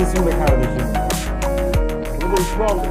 neredesin be kardeşim? Bunu da içime aldım.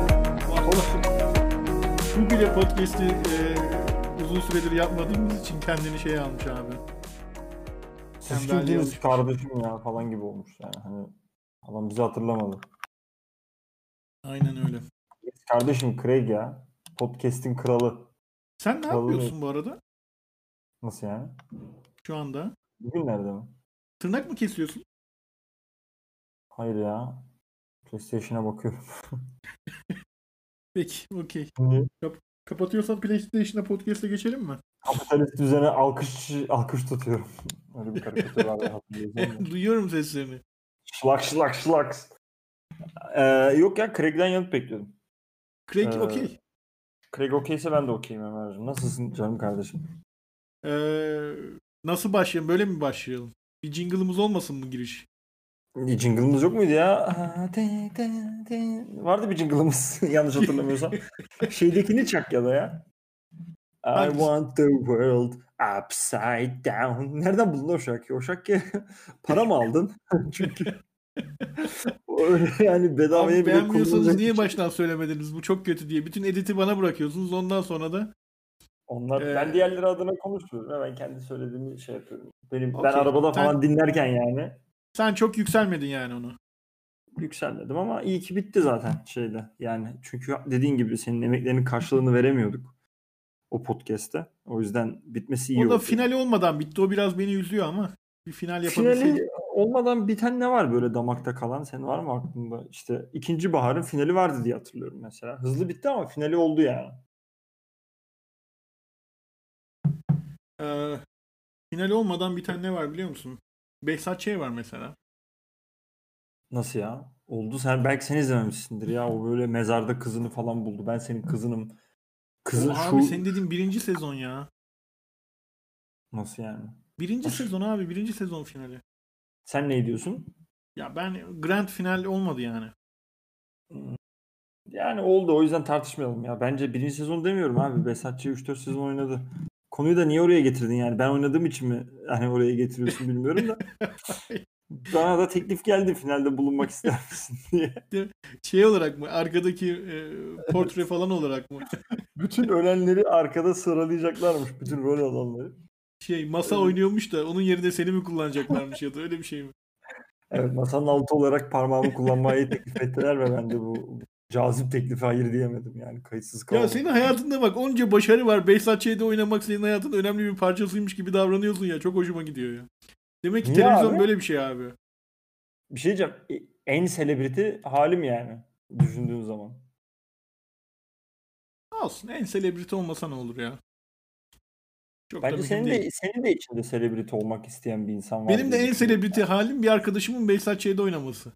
Bu bile podcast'i uzun süredir yapmadığımız için kendini şeye almış abi. Siz Tembelliğe kimdiniz alışmış. kardeşim ya falan gibi olmuş yani. Hani adam bizi hatırlamadı. Aynen öyle. Kardeşim Craig ya. Podcast'in kralı. Sen ne Kralı yapıyorsun bu arada Nasıl yani? şu anda? Bugünlerde mi? Tırnak mı kesiyorsun? Hayır ya. PlayStation'a bakıyorum. Peki, okey. Niye? Kapatıyorsan PlayStation'a podcast'e geçelim mi? Kapitalist düzene alkış tutuyorum. Öyle bir karikatür var ya, hatırlıyorsan da. Duyuyorum seslerini. Şlak şlak şlak. Yok ya, Craig'den yanıt bekliyordum. Craig Ee, okey. Craig okeyse ben de okeyim Ömerciğim. Nasılsın canım kardeşim? Nasıl başlayalım? Böyle mi başlayalım? Bir jingle'ımız olmasın mı giriş? Jingle'ımız yok muydu ya? Vardı bir jingle'ımız yanlış hatırlamıyorsam. Şeydekini çak ya da ya. I Hangisi? want the world upside down. Nereden buldun o şarkıyı? O şarkıya para mı aldın? Çünkü öyle yani bedavaya Abi bile beğenmiyorsanız kullanılacak bir niye şey. baştan söylemediniz? Bu çok kötü diye. Bütün editi bana bırakıyorsunuz. Ondan sonra da Onlar, ben ee, diğerleri adına konuşmuyorum. Hemen kendi söylediğimi şey yapıyorum. Ben okey. arabada falan dinlerken yani Sen çok yükselmedin yani onu. yükselmedim ama iyi ki bitti zaten şeyle. Yani çünkü dediğin gibi senin emeklerinin karşılığını veremiyorduk o podcast'te. O yüzden bitmesi iyi O da oldu yani. finali olmadan bitti. O biraz beni üzüyor ama bir final yapabilseydik. Finali olmadan biten ne var böyle damakta kalan? Senin var mı aklında? İşte ikinci baharın finali vardı diye hatırlıyorum mesela. Hızlı bitti ama finali oldu yani. Ee, Final olmadan biten ne var biliyor musun? Behzat Ç. var mesela. Nasıl ya? Oldu. Belki sen izlememişsindir ya. O böyle mezarda kızını falan buldu. Ben senin kızınım. O Kızın abi şu senin dediğin birinci sezon ya. nasıl yani? Birinci sezon abi. Birinci sezon finali. Sen ne diyorsun? Ya ben grand final olmadı yani. Yani oldu, o yüzden tartışmayalım ya. Bence birinci sezon demiyorum abi. Behzatçı 3-4 sezon oynadı. Konuyu da niye oraya getirdin yani? Ben oynadığım için mi hani oraya getiriyorsun bilmiyorum da. Bana da teklif geldi, finalde bulunmak ister misin diye. Şey olarak mı? Arkadaki portre Evet. falan olarak mı? Bütün ölenleri arkada sıralayacaklarmış. Bütün rol alanları. Masa oynuyormuş da onun yerine seni mi kullanacaklarmış ya da öyle bir şey mi? Evet, masanın altı olarak parmağımı kullanmayı teklif ettiler ve ben de bu cazip teklife hayır diyemedim yani. Kayıtsız Ya senin kalamadım. hayatında bak onca başarı var. Behzat Ç'de oynamak senin hayatın önemli bir parçasıymış gibi davranıyorsun ya. Çok hoşuma gidiyor ya. Demek ki Niye televizyon abi? böyle bir şey abi. Bir şey diyeceğim. En selebriti halim yani. Düşündüğün zaman. Olsun. En selebriti olmasa ne olur ya. Çok da Bence mühim senin değil. de senin de içinde selebriti olmak isteyen bir insan var Benim de diye en düşünüyorum. selebriti halim bir arkadaşımın Behzat Ç'de oynaması.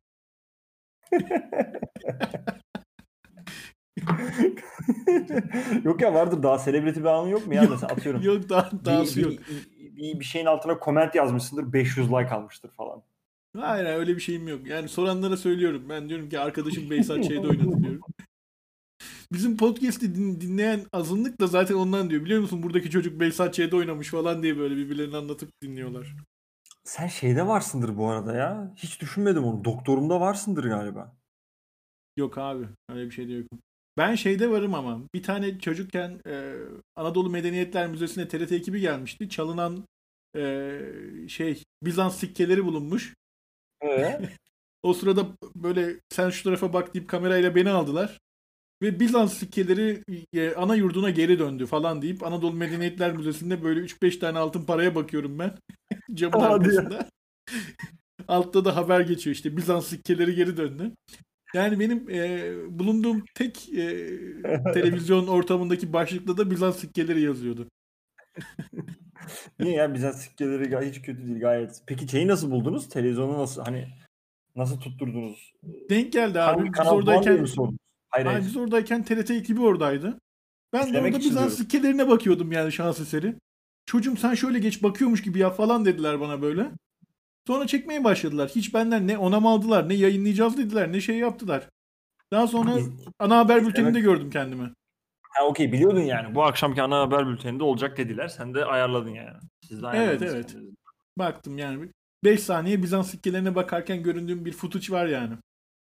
Yok ya, vardır daha selebriti bir anın yok mu ya? Mesela Yok. atıyorum Yok dahası yok. bir şeyin altına comment yazmışsındır, 500 like almıştır falan. Hayır öyle bir şeyim yok. Yani soranlara söylüyorum. Ben diyorum ki arkadaşım Behzat Ç'de oynadı diyorum. Bizim podcast'i dinleyen azınlık da zaten ondan diyor. Biliyor musun buradaki çocuk Behzat Ç'de oynamış falan diye böyle birbirlerini anlatıp dinliyorlar. Sen şeyde varsındır bu arada ya. Hiç düşünmedim onu. Doktorumda varsındır galiba. Yok abi öyle bir şey de yok. Ben şeyde varım ama bir tane çocukken Anadolu Medeniyetler Müzesi'ne TRT ekibi gelmişti. Çalınan Bizans sikkeleri bulunmuş. Ee? O sırada böyle sen şu tarafa bak deyip kamerayla beni aldılar. Ve Bizans sikkeleri ana yurduna geri döndü falan deyip Anadolu Medeniyetler Müzesi'nde böyle 3-5 tane altın paraya bakıyorum ben. Camın Hadi ya. arkasında. Altta da haber geçiyor işte Bizans sikkeleri geri döndü. Yani benim bulunduğum tek televizyon ortamındaki başlıkta da Bizans sikkeleri yazıyordu. Niye ya, Bizans sikkeleri hiç kötü değil gayet. Peki şeyi nasıl buldunuz? Televizyonu nasıl, hani nasıl tutturdunuz? Denk geldi Hangi abi. Biz kanal falan diye mi oradayken sordunuz? Hayır abi hayır. biz oradayken TRT ekibi oradaydı. Ben de İzlemek orada için Bizans diyorum. sikkelerine bakıyordum yani şans eseri. Çocuğum sen şöyle geç bakıyormuş gibi yap falan dediler bana böyle. Sonra çekmeye başladılar. Hiç benden ne onam aldılar, ne yayınlayacağız dediler, ne şey yaptılar. Daha sonra İz, ana haber izlemek. bülteninde gördüm kendimi. Ha, okey, biliyordun yani. Bu akşamki ana haber bülteninde olacak dediler. Sen de ayarladın yani. Siz de Evet ayarladınız evet. kendinizi. Baktım yani. 5 saniye Bizans sikkelerine bakarken göründüğüm bir footage var yani.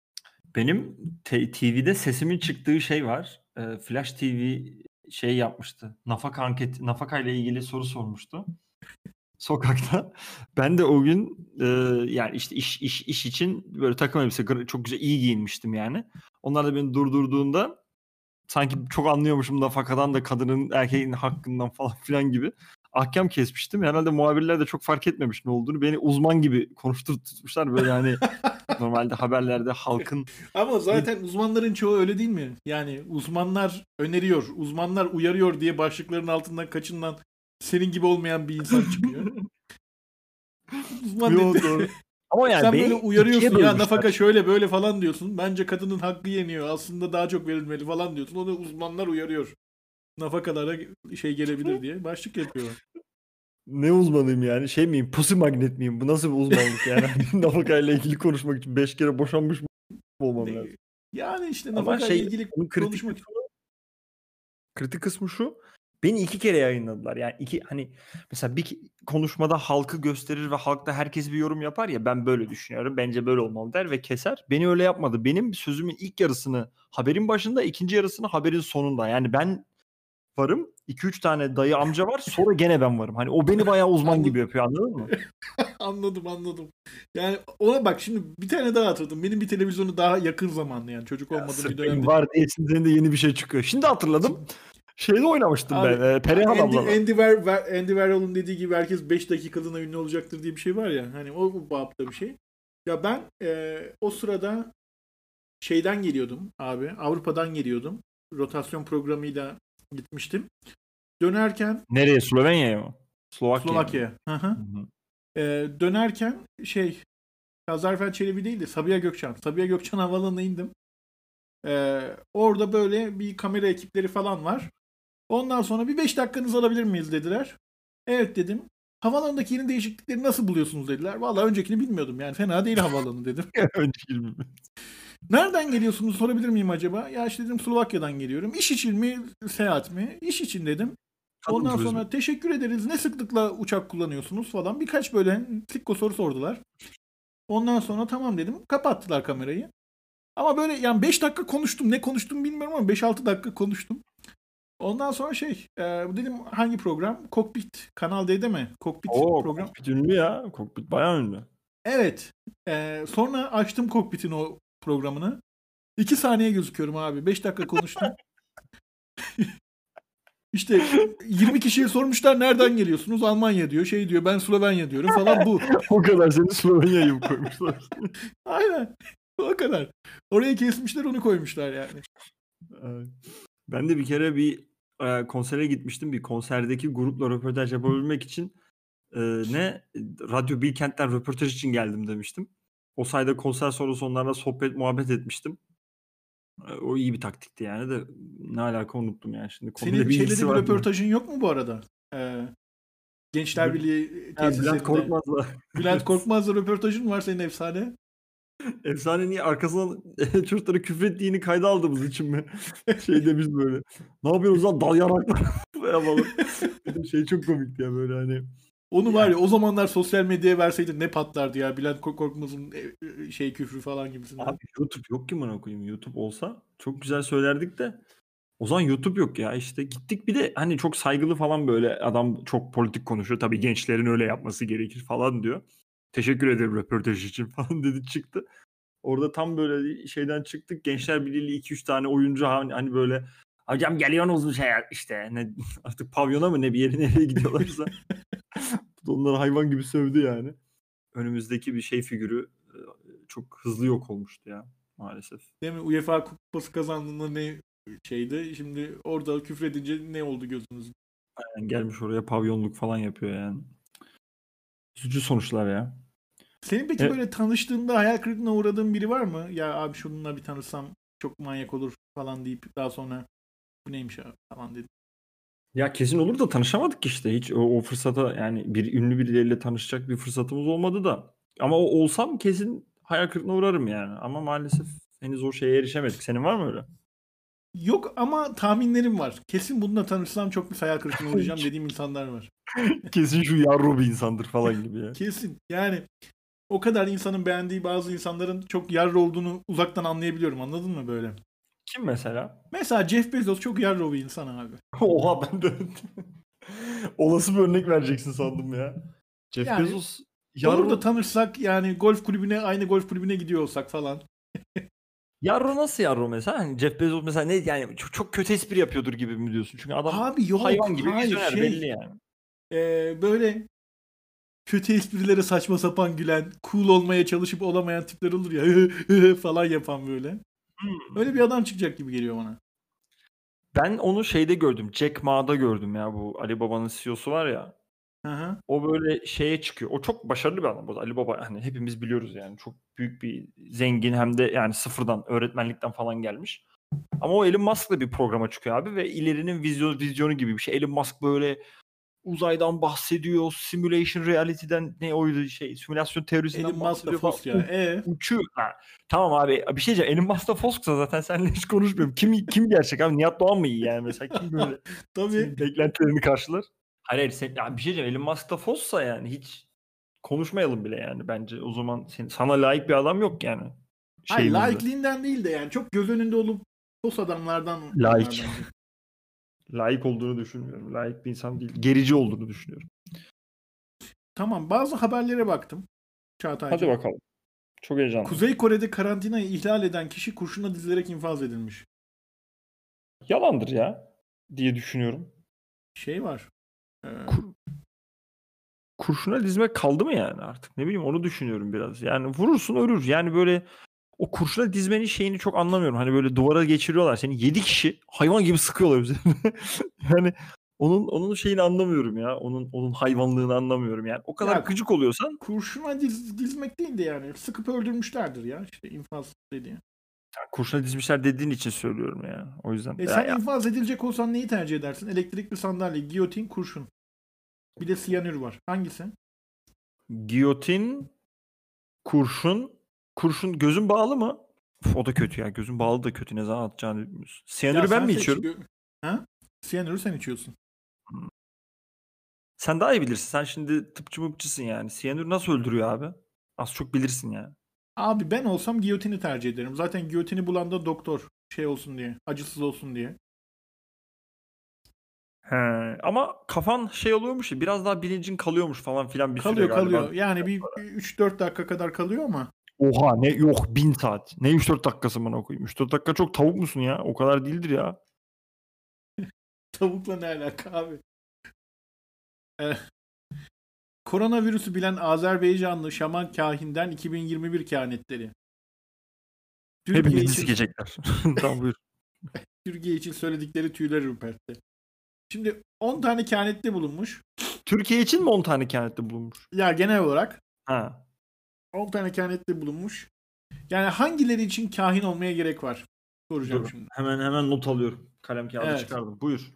Benim TV'de sesimin çıktığı şey var. Flash TV şey yapmıştı. Nafaka ile ilgili soru sormuştu. Sokakta. Ben de o gün yani işte iş için böyle takım elbise çok güzel iyi giyinmiştim yani. Onlar da beni durdurduğunda sanki çok anlıyormuşum nafakadan da kadının erkeğin hakkından falan filan gibi ahkam kesmiştim. Herhalde muhabirler de çok fark etmemiş ne olduğunu. Beni uzman gibi konuşturmuşlar böyle hani normalde haberlerde halkın. Ama zaten uzmanların çoğu öyle değil mi? Yani uzmanlar öneriyor, uzmanlar uyarıyor diye başlıkların altından kaçından senin gibi olmayan bir insan çıkıyor. Uzman Yo, dedi. doğru. Ama yani Sen böyle beni uyarıyorsun ikiye ya bölmüşler. nafaka şöyle böyle falan diyorsun. Bence kadının hakkı yeniyor. Aslında daha çok verilmeli falan diyorsun. O da uzmanlar uyarıyor. Nafakalara şey gelebilir diye başlık yapıyorlar. Ne uzmanıyım yani? Şey miyim? Pussy magnet miyim? Bu nasıl bir uzmanlık yani? Nafakayla ilgili konuşmak için 5 kere boşanmış mı olmam lazım? Yani işte Ama nafakayla şey, ilgili bunun konuşmak için. kritik kısmı şu. Beni 2 kere yayınladılar. Yani hani mesela bir konuşmada halkı gösterir ve halkta herkes bir yorum yapar ya, ben böyle düşünüyorum. Bence böyle olmalı der ve keser. Beni öyle yapmadı. Benim sözümün ilk yarısını haberin başında, ikinci yarısını haberin sonunda. Yani ben varım. 2-3 tane dayı amca var. Sonra gene ben varım. Hani o beni bayağı uzman gibi yapıyor, anladın mı? Anladım. Yani ona bak şimdi bir tane daha hatırladım. Benim bir televizyonu daha yakın zamanlı yani çocuk olmadığım bir dönemde. Var diye sizin de yeni bir şey çıkıyor. Şimdi hatırladım. Şeyde oynamıştım Abi, ben. Perihan ablalar. Andy Warhol'un dediği gibi herkes 5 dakikalığına ünlü olacaktır diye bir şey var ya. Hani o bu babda bir şey. Ya ben o sırada şeyden geliyordum abi. Avrupa'dan geliyordum. Rotasyon programıyla gitmiştim. Dönerken Nereye? Slovenya'ya mı? Slovakya'ya. Hı hı. Dönerken Gazarfer Çelebi değil de Sabiha Gökçen. Sabiha Gökçen Havaalanı'na indim. Orada böyle bir kamera ekipleri falan var. Ondan sonra bir 5 dakikanızı alabilir miyiz dediler. Evet dedim. Havaalanındaki yeni değişiklikleri nasıl buluyorsunuz dediler. Vallahi öncekini bilmiyordum yani fena değil havaalanı dedim. Önceki gibi. Nereden geliyorsunuz sorabilir miyim acaba? Ya işte dedim Slovakya'dan geliyorum. İş için mi seyahat mi? İş için dedim. Kadın Ondan turizmi. sonra teşekkür ederiz. Ne sıklıkla uçak kullanıyorsunuz falan. Birkaç böyle sikko soru sordular. Ondan sonra tamam dedim. Kapattılar kamerayı. Ama böyle yani 5 dakika konuştum. Ne konuştum bilmiyorum ama 5-6 dakika konuştum. Ondan sonra dedim hangi program? Cockpit. Kanal D'de mi? Cockpit program. Cockpit ünlü ya. Cockpit bayağı ünlü. Evet. Sonra açtım Cockpit'in o programını. 2 saniye gözüküyorum abi. 5 dakika konuştum. İşte 20 kişiye sormuşlar nereden geliyorsunuz? Almanya diyor. Şey diyor ben Slovenya diyorum falan bu. O kadar seni Slovenya'ya mı koymuşlar? Aynen. O kadar. Oraya kesmişler onu koymuşlar yani. Ben de bir kere bir konsere gitmiştim. Bir konserdeki grupla röportaj yapabilmek için Radyo Bilkent'ten röportaj için geldim demiştim. O sayede konser sonrası onlarla sohbet muhabbet etmiştim. O iyi bir taktikti yani de ne alaka unuttum yani şimdi. Senin şeyde bir röportajın yok mu bu arada? Gençler Birliği tesislerinde. Bülent Korkmaz'la. Bülent Korkmaz'la röportajın var senin efsane. Efsane niye arkasından çocuklara küfrettiğini kayda aldığımız için mi? Şey demiş böyle. Ne yapıyorsunuz lan dal yanaklar falan. Şey çok komikti ya böyle hani. Onu var ya o zamanlar sosyal medyaya verseydin ne patlardı ya Bülent Korkmaz'ın küfrü falan gibisinden. Abi YouTube yok ki bana koyayım. YouTube olsa çok güzel söylerdik de o zaman YouTube yok ya işte gittik bir de hani çok saygılı falan böyle adam çok politik konuşuyor. Tabii gençlerin öyle yapması gerekir falan diyor. Teşekkür ederim röportaj için falan dedi çıktı. Orada tam böyle şeyden çıktık. Gençler Birliği 2-3 tane oyuncu hani böyle hocam geliyorsunuz mu işte ne, artık pavyona mı ne bir yere nereye gidiyorlarsa. Onları hayvan gibi sövdü yani. Önümüzdeki bir şey figürü çok hızlı yok olmuştu ya maalesef. Değil mi? UEFA kupası kazandığında ne şeydi. Şimdi orada küfredince ne oldu gözünüzün? Yani gelmiş oraya pavyonluk falan yapıyor yani. Üzücü sonuçlar ya. Senin peki böyle tanıştığında hayal kırıklığına uğradığın biri var mı? Ya abi şununla bir tanışsam çok manyak olur falan deyip daha sonra bu neymiş abi falan dedi. Ya kesin olur da tanışamadık işte. Hiç o fırsata yani bir ünlü birileriyle tanışacak bir fırsatımız olmadı da. Ama o olsam kesin hayal kırıklığına uğrarım yani. Ama maalesef henüz o şeye erişemedik. Senin var mı öyle? Yok ama tahminlerim var. Kesin bununla tanışsam çok bir hayal kırıklığına uğrayacağım dediğim insanlar var. Kesin şu yarro bir insandır falan gibi ya. Kesin. Yani o kadar insanın beğendiği bazı insanların çok yarra olduğunu uzaktan anlayabiliyorum. Anladın mı böyle? Kim mesela? Mesela Jeff Bezos çok yarra bir insan abi. Oha ben de olası bir örnek vereceksin sandım ya. Jeff Yani Bezos olur da Yarro, tanırsak yani aynı golf kulübüne gidiyor olsak falan. Yarro nasıl Yarro mesela? Hani Jeff Bezos mesela ne yani çok kötü espri yapıyordur gibi mi diyorsun? Çünkü adam Abi yok, hayvan gibi hayır vizyoner belli yani. böyle kötü esprilere saçma sapan gülen, cool olmaya çalışıp olamayan tipler olur ya falan yapan böyle. Hmm. Öyle bir adam çıkacak gibi geliyor bana. Ben onu şeyde gördüm. Jack Ma'da gördüm ya, bu Alibaba'nın CEO'su var ya. Hı hı. O böyle şeye çıkıyor. O çok başarılı bir adam. Bu Ali Baba hani hepimiz biliyoruz yani. Çok büyük bir zengin, hem de yani sıfırdan öğretmenlikten falan gelmiş. Ama o Elon Musk'la bir programa çıkıyor abi ve ilerinin vizyonu gibi bir şey. Elon Musk böyle uzaydan bahsediyor. Simulation reality'den, ne oydu şey, simülasyon Elon teorisinden Musk da bahsediyor falan. Fos ya. Uçuyor. Ha, tamam abi, bir şey diyeceğim. Elon Musk da Fosk'sa zaten seninle hiç konuşmuyorum. Kim gerçek abi? Nihat Doğan mı iyi yani mesela? Kim böyle Tabii. senin beklentilerini karşılar? Hayır, ya bir şey diyeceğim. Elon Musk da Fosk'sa yani hiç konuşmayalım bile yani bence. O zaman sana layık bir adam yok yani Hayır, şeyimizde. laikliğinden değil de yani çok göz önünde olup Fos adamlardan onlar Layık. bence. Layık olduğunu düşünmüyorum. Layık bir insan değil. Gerici olduğunu düşünüyorum. Tamam, bazı haberlere baktım Hadi Çağatay'cığım. bakalım. Çok heyecanlıyım. Kuzey Kore'de karantinayı ihlal eden kişi kurşuna dizilerek infaz edilmiş. Yalandır ya diye düşünüyorum. Şey var. Ee, Kur- kurşuna dizmek kaldı mı yani artık? Ne bileyim, onu düşünüyorum biraz. Yani vurursun ölür. Yani böyle o kurşuna dizmenin şeyini çok anlamıyorum. Hani böyle duvara geçiriyorlar seni. 7 kişi hayvan gibi sıkıyorlar üzerine. Yani onun şeyini anlamıyorum ya. Onun hayvanlığını anlamıyorum yani. O kadar ya gıcık oluyorsan kurşuna dizmek değil de yani sıkıp öldürmüşlerdir ya işte infaz dediği. kurşuna dizmişler dediğin için söylüyorum ya. O yüzden. Sen Ya, infaz edilecek olsan neyi tercih edersin? Elektrikli sandalye, giyotin, kurşun. Bir de siyanür var. Hangisi? giyotin, kurşun gözün bağlı mı? Uf, o da kötü ya. Gözün bağlı da kötü. Ne zaman atacağını bilmiyorsun. Ya Siyanürü ben sen mi seç. içiyorum? Ha? Siyanürü sen içiyorsun. Hmm. Sen daha iyi bilirsin. Sen şimdi tıpçı mıpçısın yani. Siyanür nasıl öldürüyor abi? Az çok bilirsin yani. Abi ben olsam giyotini tercih ederim. Zaten giyotini bulan da doktor. Şey olsun diye. Acısız olsun diye. He, ama kafan şey oluyormuş ya, biraz daha bilincin kalıyormuş falan filan bir süre Kalıyor galiba. kalıyor. Yani bir 3-4 dakika kadar kalıyor ama Oha, ne yok 1000 saat. Ne 3-4 dakikası bana koyayım. 3-4 dakika çok tavuk musun ya? O kadar değildir ya. tavukla ne alaka abi? Eh, Koronavirüsü bilen Azerbaycanlı şaman kahinden 2021 kehanetleri. Türkiye Hepimizi için sikecekler. Tamam, buyur. Türkiye için söyledikleri tüyler ürpertti. Şimdi 10 tane kehanette bulunmuş. Türkiye için mi 10 tane kehanette bulunmuş? Ya genel olarak Ha. 10 tane kehanette bulunmuş. Yani hangileri için kahin olmaya gerek var? Soracağım Dur. şimdi. Hemen not alıyorum. Kalem kağıdı Evet. çıkardım. Buyur.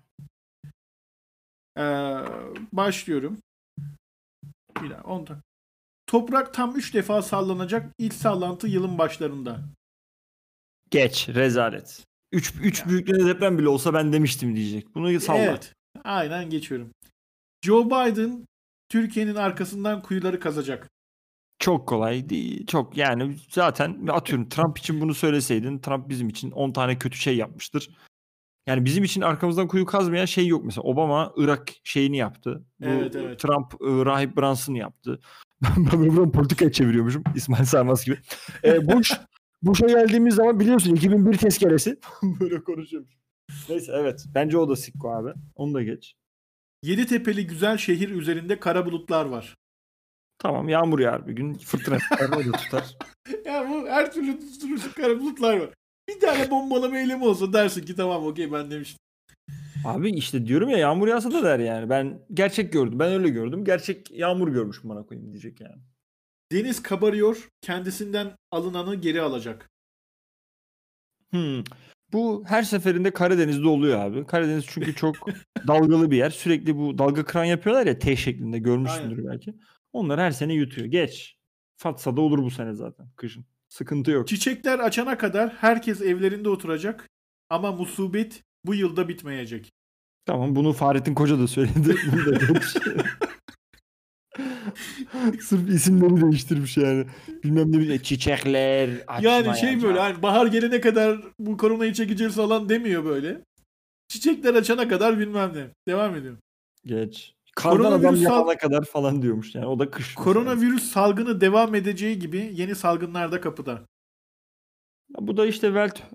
Ee, başlıyorum. Bir daha 10 tane. Toprak tam 3 defa sallanacak. İlk sallantı yılın başlarında. Geç. Rezalet. 3 Yani, büyüklüğünde deprem bile olsa ben demiştim diyecek. Bunu salla. evet. Aynen geçiyorum. Joe Biden Türkiye'nin arkasından kuyuları kazacak. Çok kolay değil. Çok yani, zaten atıyorum Trump için bunu söyleseydin, Trump bizim için 10 tane kötü şey yapmıştır. Yani bizim için arkamızdan kuyu kazmayan şey yok mesela. Obama Irak şeyini yaptı. Bu Evet evet. Trump Rahip Brunson'ı yaptı. Ben buradan politikaya çeviriyormuşum. İsmail Saymaz gibi. Bush'a geldiğimiz zaman biliyorsun 2001 tezkeresi. Böyle konuşuyormuş. Neyse, evet. Bence o da sikko abi. Onu da geç. Yeditepe'li güzel şehir üzerinde kara bulutlar var. Tamam, yağmur yağar bir gün. Fırtına çıkar, o da tutar. Ya bu her türlü tutturursun kara bulutlar var. Bir tane bombalama eylemi olsa dersin ki tamam okey ben demiştim. Abi işte diyorum ya, yağmur yağsa da der yani. Ben gerçek gördüm. Ben öyle gördüm. Gerçek yağmur görmüşüm, bana koyayım diyecek yani. Deniz kabarıyor, kendisinden alınanı geri alacak. Hmm. Bu her seferinde Karadeniz'de oluyor abi. Karadeniz çünkü çok dalgalı bir yer. Sürekli bu dalga kıran yapıyorlar ya, T şeklinde, Aynen. görmüşsündür belki. Onlar her sene yutuyor. Geç. Fatsa'da olur bu sene zaten kışın. Sıkıntı yok. Çiçekler açana kadar herkes evlerinde oturacak ama musibet bu yılda bitmeyecek. Tamam, bunu Fahrettin Koca da söyledi. Bunu da geç. Sırf isimleri değiştirmiş yani. Bilmem ne çiçekler Yani şey açmayacak. böyle hani bahar gelene kadar bu koronayı çekeceğiz falan demiyor böyle. Çiçekler açana kadar bilmem ne. Devam ediyorum. Geç. Kardan adam Koronavirüs, yağana kadar falan diyormuş yani. O da kış mesela. koronavirüs salgını devam edeceği gibi yeni salgınlar da kapıda. Bu da işte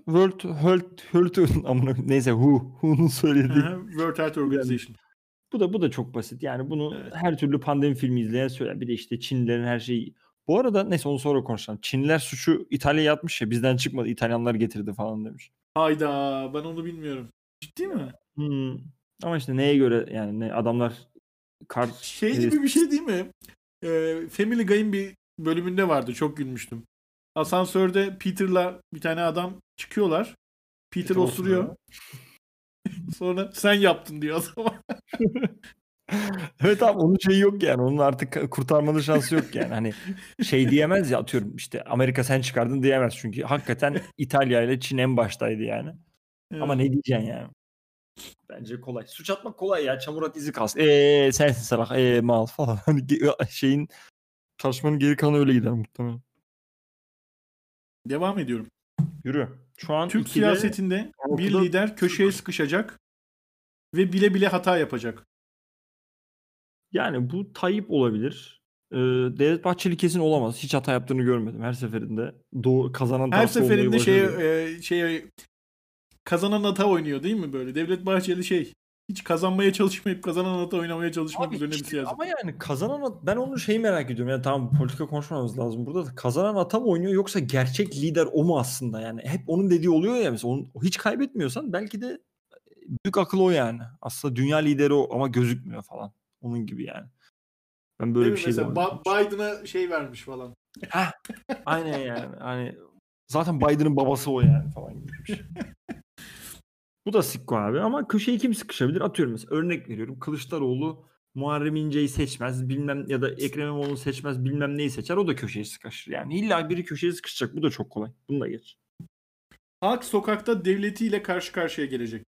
World neyse WHO'nun söylediği. World Health Organization. Bu da çok basit. Yani bunu Evet. her türlü pandemi filmi izleyen söyler. Bir de işte Çinlilerin her şeyi. Bu arada neyse onu sonra konuşalım. Çinliler suçu İtalya'ya atmış ya, bizden çıkmadı, İtalyanlar getirdi falan demiş. Hayda, ben onu bilmiyorum. Ciddi mi? Ama işte neye göre yani, ne adamlar Şey gibi bir şey değil mi? Family Guy'in bir bölümünde vardı. Çok gülmüştüm. Asansörde Peter'la bir tane adam çıkıyorlar. Peter osuruyor. Sonra sen yaptın diyor adama. Evet abi, onun şeyi yok yani. Onun artık kurtarmanın şansı yok yani. Hani şey diyemez ya, atıyorum işte Amerika sen çıkardın diyemez. Çünkü hakikaten İtalya ile Çin en baştaydı yani. Ama ne diyeceksin yani? Bence kolay. Suç atmak kolay ya. Çamur at izi kalsın. Sensin salak. Mal falan. Hani şeyin, tartışmanın geri kalanı öyle gider muhtemelen. Devam ediyorum. Yürü. Şu an Türk 2'de, siyasetinde bir lider köşeye sıkışacak ve bile bile hata yapacak. yani bu Tayyip olabilir. Devlet Bahçeli kesin olamaz. Hiç hata yaptığını görmedim. Her seferinde kazanan Her tarafta olmayı seferinde başarıyor. kazanan ata oynuyor değil mi böyle? Devlet Bahçeli hiç kazanmaya çalışmayıp kazanan ata oynamaya çalışmak Abi üzerine bir işte, siyaset. ama yani ben onu merak ediyorum. Yani tamam, politika konuşmamız lazım burada da. Kazanan ata mı oynuyor yoksa gerçek lider o mu aslında yani? Hep onun dediği oluyor ya mesela. Hiç kaybetmiyorsan belki de büyük akıl o yani. Aslında dünya lideri o ama gözükmüyor falan. Onun gibi yani. Ben böyle Değil bir mi? şey de Mesela var. Biden'a şey vermiş falan. Heh, aynen yani. Hani zaten Biden'ın babası o yani falan gibi bir şey. Bu da sikko abi, ama köşeyi kim sıkışabilir? Atıyorum mesela, örnek veriyorum. Kılıçdaroğlu Muharrem İnce'yi seçmez bilmem, ya da Ekrem İmamoğlu'nu seçmez bilmem neyi seçer, o da köşeye sıkışır. Yani illa biri köşeye sıkışacak, bu da çok kolay. Bunu da geç. Halk sokakta devletiyle karşı karşıya gelecek.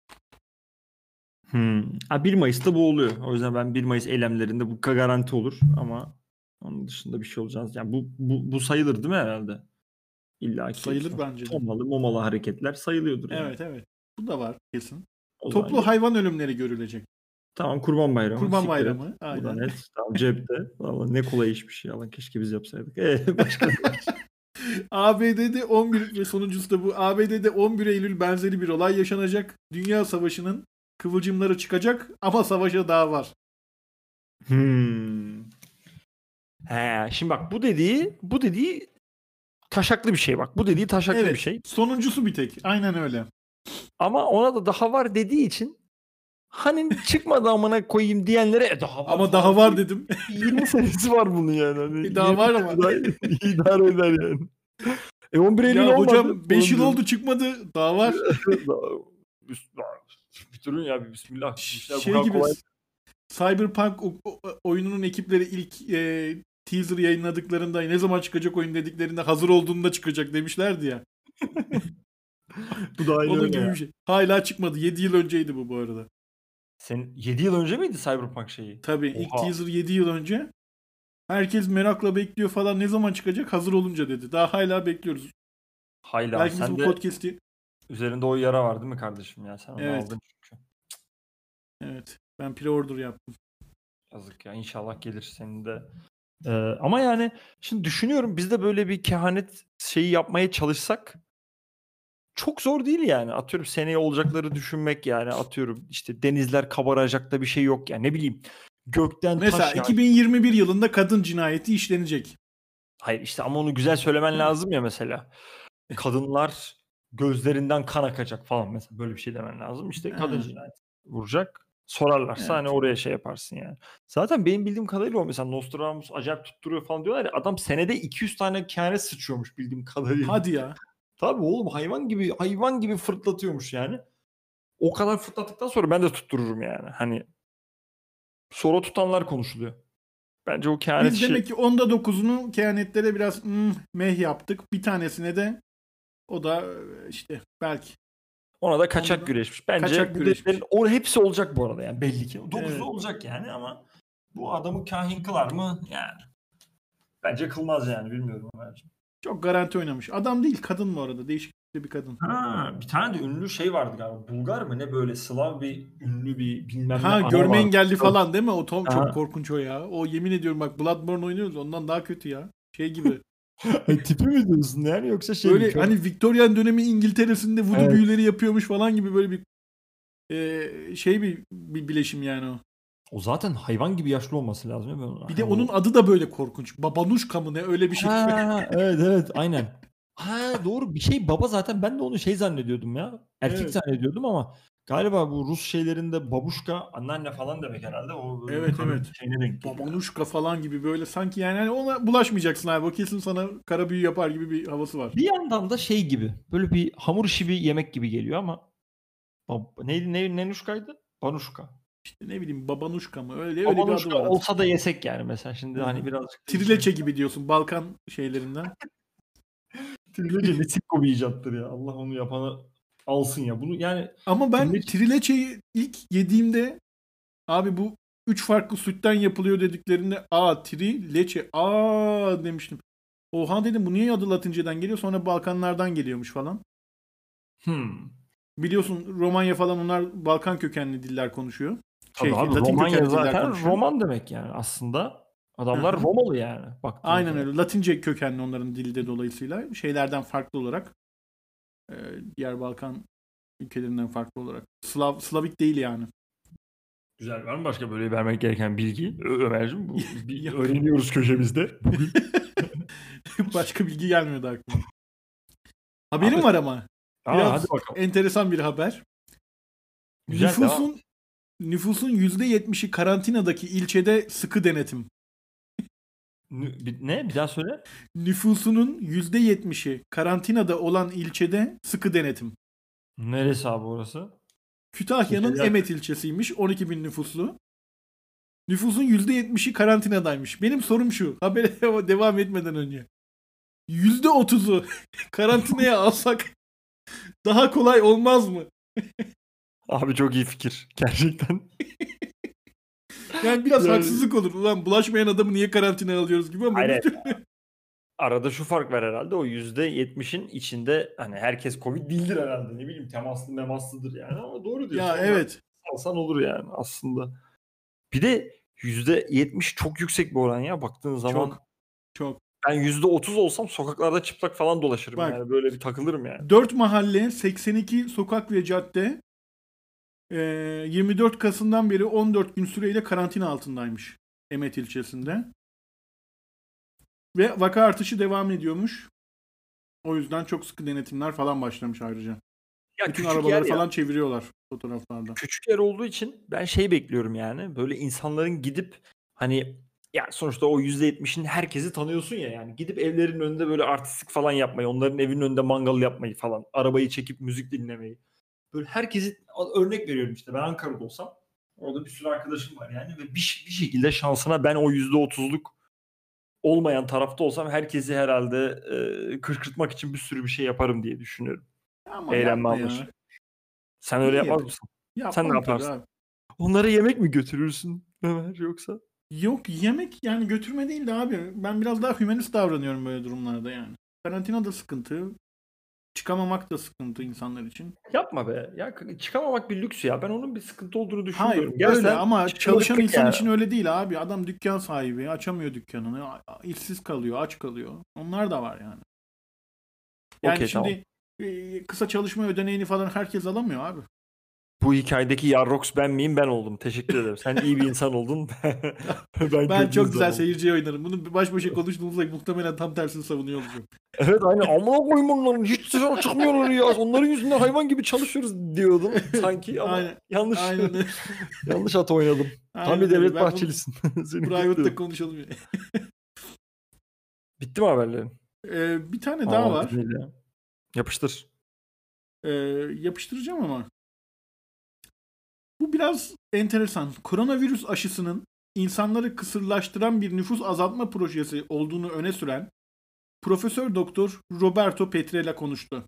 1 Mayıs'ta bu oluyor. O yüzden ben 1 Mayıs eylemlerinde bu garanti olur, ama onun dışında bir şey olacağız. Yani bu sayılır değil mi herhalde? İlla ki Sayılır bence de. momalı hareketler sayılıyordur yani. Evet evet. Bu da var kesin. O zaman Toplu hayvan ölümleri görülecek. tamam, Kurban Bayramı. Kurban Siktir et. Bayramı. Bu da Aynen. net. Tamam, cepte. Vallahi ne kolay iş bir şey. Allah, keşke biz yapsaydık. Başka ABD'de 11 ve sonuncusu da bu. ABD'de 11 Eylül benzeri bir olay yaşanacak. Dünya Savaşı'nın kıvılcımları çıkacak ama savaşa daha var. Şimdi bak, bu dediği taşaklı bir şey bak. Bu dediği taşaklı bir şey. Sonuncusu bir tek. Aynen öyle. Ama ona da daha var dediği için, hani çıkmadı amına koyayım diyenlere daha var. Ama daha var dedim. 20 senesi var bunun yani. Hani Daha var ama. idare eder yani. 11 Eylül Ya olmadı. hocam 5 yıl oldu çıkmadı. Daha var. Bitirün ya, bir bismillah. Şey gibi Cyberpunk oyununun ekipleri ilk teaser yayınladıklarında ne zaman çıkacak oyun dediklerinde hazır olduğunda çıkacak demişlerdi ya. Bu da aynı Onun öyle gibi ya. bir şey. Hala çıkmadı. 7 yıl önceydi bu arada. Sen 7 yıl önce miydi Cyberpunk şeyi? Tabii ilk teaser 7 yıl önce. Herkes merakla bekliyor falan, ne zaman çıkacak hazır olunca dedi. Daha hala bekliyoruz. Hayla. Belki Sen biz bu de podcast'i... üzerinde o yara var değil mi kardeşim ya? Sen onu Evet. aldın çünkü. Evet. Ben pre-order yaptım. Yazık ya. İnşallah gelir senin de. Ama yani şimdi düşünüyorum, biz de böyle bir kehanet şeyi yapmaya çalışsak çok zor değil yani. Atıyorum seneye olacakları düşünmek, yani atıyorum işte denizler kabaracak da bir şey yok yani, ne bileyim. Gökten Mesela taş yağ. 2021 yılında kadın cinayeti işlenecek. Hayır işte, ama onu güzel söylemen lazım ya mesela. Kadınlar gözlerinden kan akacak falan, mesela böyle bir şey demen lazım. İşte kadın cinayeti vuracak. Sorarlarsa hani oraya şey yaparsın yani. Zaten benim bildiğim kadarıyla o, mesela Nostradamus acayip tutturuyor falan diyorlar ya. Adam senede 200 tane kehanet sıçıyormuş bildiğim kadarıyla. Hadi ya. Tabii oğlum, hayvan gibi fırlatıyormuş yani. O kadar fırlattıktan sonra ben de tuttururum yani. Hani sonra tutanlar konuşuluyor. Bence o kehanet Biz demek ki onda 9'unu kehanetlere biraz meh yaptık. Bir tanesine de o da işte belki. ona da kaçak güreşmiş. Bence Kaçak bu güreşmiş. dedilerin hepsi olacak bu arada yani, belli ki. 9'u Evet. olacak yani, ama Bu adamı kahin kılar mı? Yani. Bence kılmaz yani, bilmiyorum Ömerciğim. Çok garanti oynamış. Adam değil, kadın bu arada. Değişik bir kadın. Ha, bir tane de ünlü şey vardı galiba. Bulgar mı ne, böyle Slav bir ünlü bir bilmem ne Ha, ana görme vardı. engelli falan değil mi? O Tom çok Aha. korkunç o ya. O yemin ediyorum bak, Bloodborne oynuyoruz, ondan daha kötü ya. Şey gibi. Tipi mi diyorsun yani, yoksa şey mi? Böyle hani Victorian dönemi İngiltere'sinde voodoo Evet. büyüleri yapıyormuş falan gibi, böyle bir şey bir bileşim yani o. O zaten hayvan gibi yaşlı olması lazım ya. Bir de onun adı da böyle korkunç. Babanuşka mı ne, öyle bir şey. Ha, evet evet aynen. Ha doğru, bir şey baba, zaten ben de onu şey zannediyordum ya. Erkek Evet. zannediyordum ama galiba bu Rus şeylerinde babuşka anneanne falan demek herhalde. O böyle Evet karı evet. şeyine denk geliyor. Babanuşka falan gibi, böyle sanki yani hani ona bulaşmayacaksın abi. O kesin sana kara büyü yapar gibi bir havası var. Bir yandan da şey gibi, böyle bir hamur işi bir yemek gibi geliyor ama neydi, nenuşkaydı? Banuşka. İşte ne bileyim, babanuşka mı, öyle bir adı Babanuşka var aslında. olsa da yesek yani mesela, şimdi Hı hani hı. birazcık Trileçe gibi diyorsun, Balkan şeylerinden. Trileçe ne sikko bir icattır ya. Allah onu yapanı alsın ya. Bunu yani Ama ben Trileçe trileçeyi ilk yediğimde, abi bu 3 farklı sütten yapılıyor dediklerinde, trileçe demiştim. Oha dedim, bu niye adı Latinceden geliyor? Sonra Balkanlardan geliyormuş falan. Biliyorsun Romanya falan, onlar Balkan kökenli diller konuşuyor. Tabii abi, Latin Romanya kökenli diller zaten konuşuyor. Roman demek yani aslında. Hı Adamlar hı. Romalı yani baktığın Aynen zaman. öyle. Latince kökenli onların dilde, dolayısıyla şeylerden farklı olarak, e, diğer Balkan ülkelerinden farklı olarak. Slavik değil yani. Güzel. Var mı başka böyle vermek gereken bilgi? Ömerciğim, bu bir Yok. öğreniyoruz köşemizde bugün. Başka bilgi gelmiyordu aklıma. Abi, Haberim var ama. hadi Biraz bakalım. enteresan bir haber. Güzel, devam. Nüfusun %70'i karantinadaki ilçede sıkı denetim. Ne? Bir daha söyle. Nüfusunun %70'i karantinada olan ilçede sıkı denetim. Neresi abi orası? Kütahya'nın Şeyler. Emet ilçesiymiş. 12 bin nüfuslu. Nüfusun %70'i karantinadaymış. Benim sorum şu. Habere devam etmeden önce. %30'u karantinaya alsak daha kolay olmaz mı? Abi çok iyi fikir. Gerçekten. Yani biraz Yani, haksızlık olur. Ulan bulaşmayan adamı niye karantinaya alıyoruz gibi, ama öbür hayır. türlü. Arada şu fark var herhalde. O %70'in içinde hani herkes Covid değildir herhalde. Ne bileyim, temaslı memaslıdır yani, ama doğru Ya diyorsun. Onlar evet. alsan olur yani aslında. Bir de %70 çok yüksek bir oran ya baktığın zaman. Çok. Çok. Ben %30 olsam sokaklarda çıplak falan dolaşırım Bak, yani. Böyle bir takılırım yani. 4 mahalle, 82 sokak ve cadde, 24 Kasım'dan beri 14 gün süreyle karantina altındaymış Emet ilçesinde. Ve vaka artışı devam ediyormuş. O yüzden çok sıkı denetimler falan başlamış ayrıca. Ya Bütün küçük yer arabaları ya. falan çeviriyorlar fotoğraflarda. Küçük yer olduğu için ben şey bekliyorum yani. Böyle insanların gidip hani, ya sonuçta o %70'in herkesi tanıyorsun ya yani. Gidip evlerin önünde böyle artistik falan yapmayı, onların evinin önünde mangal yapmayı falan. Arabayı çekip müzik dinlemeyi. Böyle herkesi örnek veriyorum işte. Ben Ankara'da olsam orada bir sürü arkadaşım var yani, ve bir şekilde şansına ben o %30'luk olmayan tarafta olsam herkesi herhalde kışkırtmak için bir sürü bir şey yaparım diye düşünüyorum. Ama Eğlenme yapma amaçlı. ya. Sen öyle Niye yapmaz yapayım? mısın? Sen ne Yapmam tabii yaparsın? abi. Onlara yemek mi götürürsün Ömer, yoksa? Yok, yemek yani götürme değil de abi. Ben biraz daha hümanist davranıyorum böyle durumlarda yani. Karantina da sıkıntı. Çıkamamak da sıkıntı insanlar için. Yapma be. Ya çıkamamak bir lüks ya. Ben onun bir sıkıntı olduğunu Hayır düşünmüyorum. öyle, Gerçekten ama çalışan şımarıklık insan yani. için öyle değil abi. Adam dükkan sahibi, açamıyor dükkanını. İşsiz kalıyor, aç kalıyor. Onlar da var yani. Yani Okey, tamam. şimdi kısa çalışma ödeneğini falan herkes alamıyor abi. Bu hikayedeki Yarrox ben miyim? Ben oldum. Teşekkür ederim. Sen iyi bir insan oldun. Ben Ben kötü çok insan güzel oldum. seyirciye oynarım. Bunu baş başa konuştuğumuzda muhtemelen tam tersini savunuyor olacağım. Evet aynen. Amına koyayım onların. Hiç dışarı çıkmıyorlar ya. Onların yüzünden hayvan gibi çalışıyoruz diyordum sanki, ama Aynen. yanlış Aynen öyle. yanlış at oynadım. Tam bir Aynen öyle. Devlet Ben bunu Bahçelisin. Seni private'da kutluyorum. konuşalım. Bitti mi haberlerin? Bir tane daha Allah'ın var. izniyle. Yapıştır. Ee, Yapıştıracağım ama. Bu biraz enteresan. Koronavirüs aşısının insanları kısırlaştıran bir nüfus azaltma projesi olduğunu öne süren Profesör Doktor Roberto Petrella konuştu.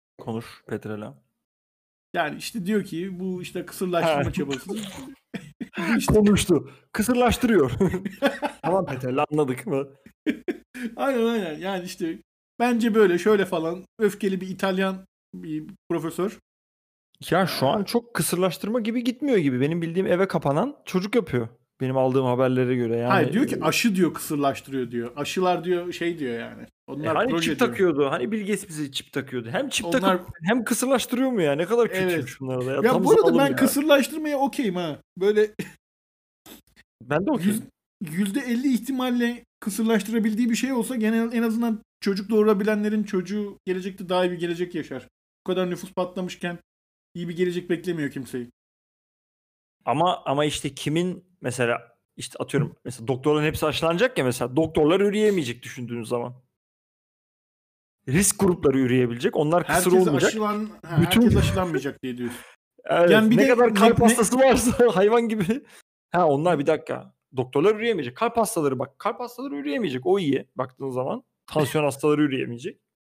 Konuş Petrela. Yani işte diyor ki bu işte Ha. kısırlaştırma çabası Bu işte. Konuştu. Kısırlaştırıyor. Tamam Peter'le anladık mı? Aynen. Yani işte bence böyle şöyle falan öfkeli bir İtalyan bir profesör. Ya şu an çok kısırlaştırma gibi gitmiyor gibi. Benim bildiğim eve kapanan çocuk yapıyor. Benim aldığım haberlere göre. Hayır, diyor Yani ki aşı diyor kısırlaştırıyor diyor. Aşılar diyor şey diyor yani. Onlar hani proje çip diyor. takıyordu. Hani Bill Gates bize çip takıyordu. Hem çip Onlar takıp hem kısırlaştırıyor mu ya? Ne kadar evet. kötüymüş bunlar da ya. Ya Tam bu arada zalim ben ya. kısırlaştırmaya okeyim ha. Böyle Ben de okeyim. %50 ihtimalle kısırlaştırabildiği bir şey olsa gene en azından çocuk doğurabilenlerin çocuğu gelecekte daha iyi bir gelecek yaşar. Bu kadar nüfus patlamışken iyi bir gelecek beklemiyor kimseyi. Ama işte kimin mesela işte atıyorum mesela doktorların hepsi aşılanacak ya mesela doktorlar üreyemeyecek düşündüğünüz zaman. Risk grupları üreyebilecek. Onlar kısır olmayacak. Herkes aşılanmayacak diye diyorsun. Evet. Yani bir Ne de kadar kalp hastası varsa hayvan gibi. Ha onlar bir dakika. Doktorlar üreyemeyecek. Kalp hastaları bak. Kalp hastaları üreyemeyecek. O iyi baktığın zaman. Tansiyon hastaları üreyemeyecek.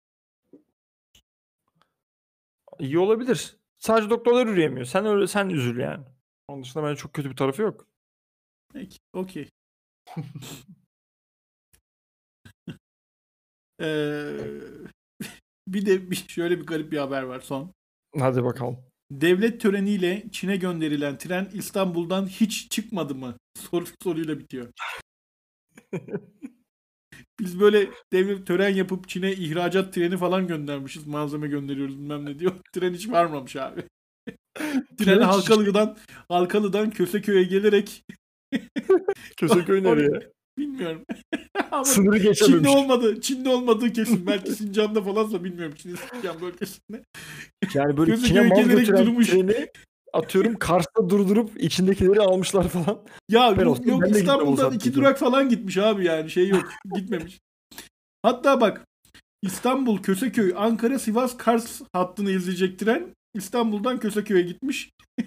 İyi olabilir. Sadece doktorlar üreyemiyor. Sen üzül yani. Onun dışında bence çok kötü bir tarafı yok. Peki, okey. Bir de şöyle bir garip bir haber var son. Hadi bakalım. Devlet töreniyle Çin'e gönderilen tren İstanbul'dan hiç çıkmadı mı? Soruyla bitiyor. Biz böyle devlet tören yapıp Çin'e ihracat treni falan göndermişiz. Malzeme gönderiyoruz bilmem ne diyor. Tren hiç varmamış abi. Tren Halkalı'dan Köseköy'e gelerek Köseköy oraya nereye? bilmiyorum. Ama Sınırı geçememiş. Çin'de olmadığı kesin. Belki Sincan'da falansa bilmiyorum. Çin'in Sincan bölgesinde. Yani böyle Çin'e Köseköy'e mal gelerek götüren durmuş. treni atıyorum Kars'ta durdurup içindekileri almışlar falan. Ya Ben olsam yok ben de gitmem o İstanbul'dan saatte 2 sonra. durak falan gitmiş abi yani şey yok. Gitmemiş. Hatta bak İstanbul, Köseköy, Ankara, Sivas, Kars hattını izleyecek tren İstanbul'dan Köseköy'e gitmiş.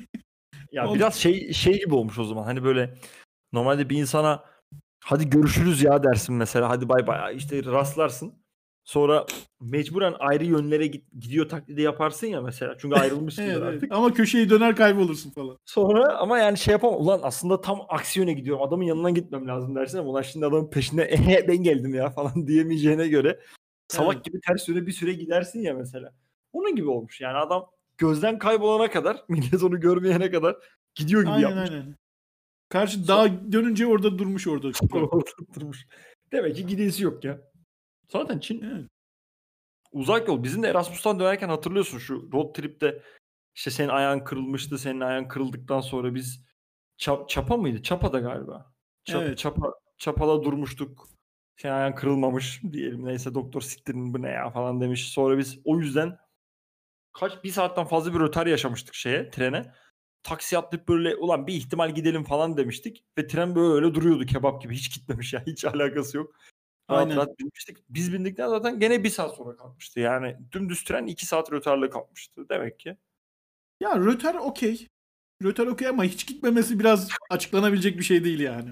Ya biraz şey gibi olmuş o zaman. Hani böyle normalde bir insana hadi görüşürüz ya dersin mesela. Hadi bay bay işte rastlarsın. Sonra mecburen ayrı yönlere gidiyor taklidi yaparsın ya mesela. Çünkü ayrılmışsındır Evet. artık. Ama köşeyi döner kaybolursun falan. Sonra ama yani şey yapamam. Ulan aslında tam aksi yöne gidiyorum. Adamın yanına gitmem lazım dersin ama ulan şimdi adamın peşinde ben geldim ya falan diyemeyeceğine göre Evet. salak gibi ters yöne bir süre gidersin ya mesela. Onun gibi olmuş. Yani adam gözden kaybolana kadar, millet onu görmeyene kadar gidiyor gibi yapmış. Aynen. Karşı Sonra dağa dönünce orada durmuş orada durakta. orada durmuş. Demek ki gidesi yok ya. Zaten Çin Evet. uzak yol. Bizim de Erasmus'tan dönerken hatırlıyorsun şu road trip'te işte senin ayağın kırılmıştı. Senin ayağın kırıldıktan sonra biz Çapa mıydı? Çapa'da galiba. Evet. Çapa'da durmuştuk. Senin ayağın kırılmamış diyelim. Neyse doktor siktirin bu ne ya falan demiş. Sonra biz o yüzden bir saatten fazla bir rötar yaşamıştık trene. Taksi atlayıp böyle ulan bir ihtimal gidelim falan demiştik. Ve tren böyle duruyordu kebap gibi. Hiç gitmemiş ya. Hiç alakası yok. Rahat Aynen. rahat binmiştik. Biz bindikten zaten gene bir saat sonra kalkmıştı. Yani dümdüz tren 2 saat rötarla kalkmıştı. Demek ki. Ya rötar okey. Rötar okey ama hiç gitmemesi biraz açıklanabilecek bir şey değil yani.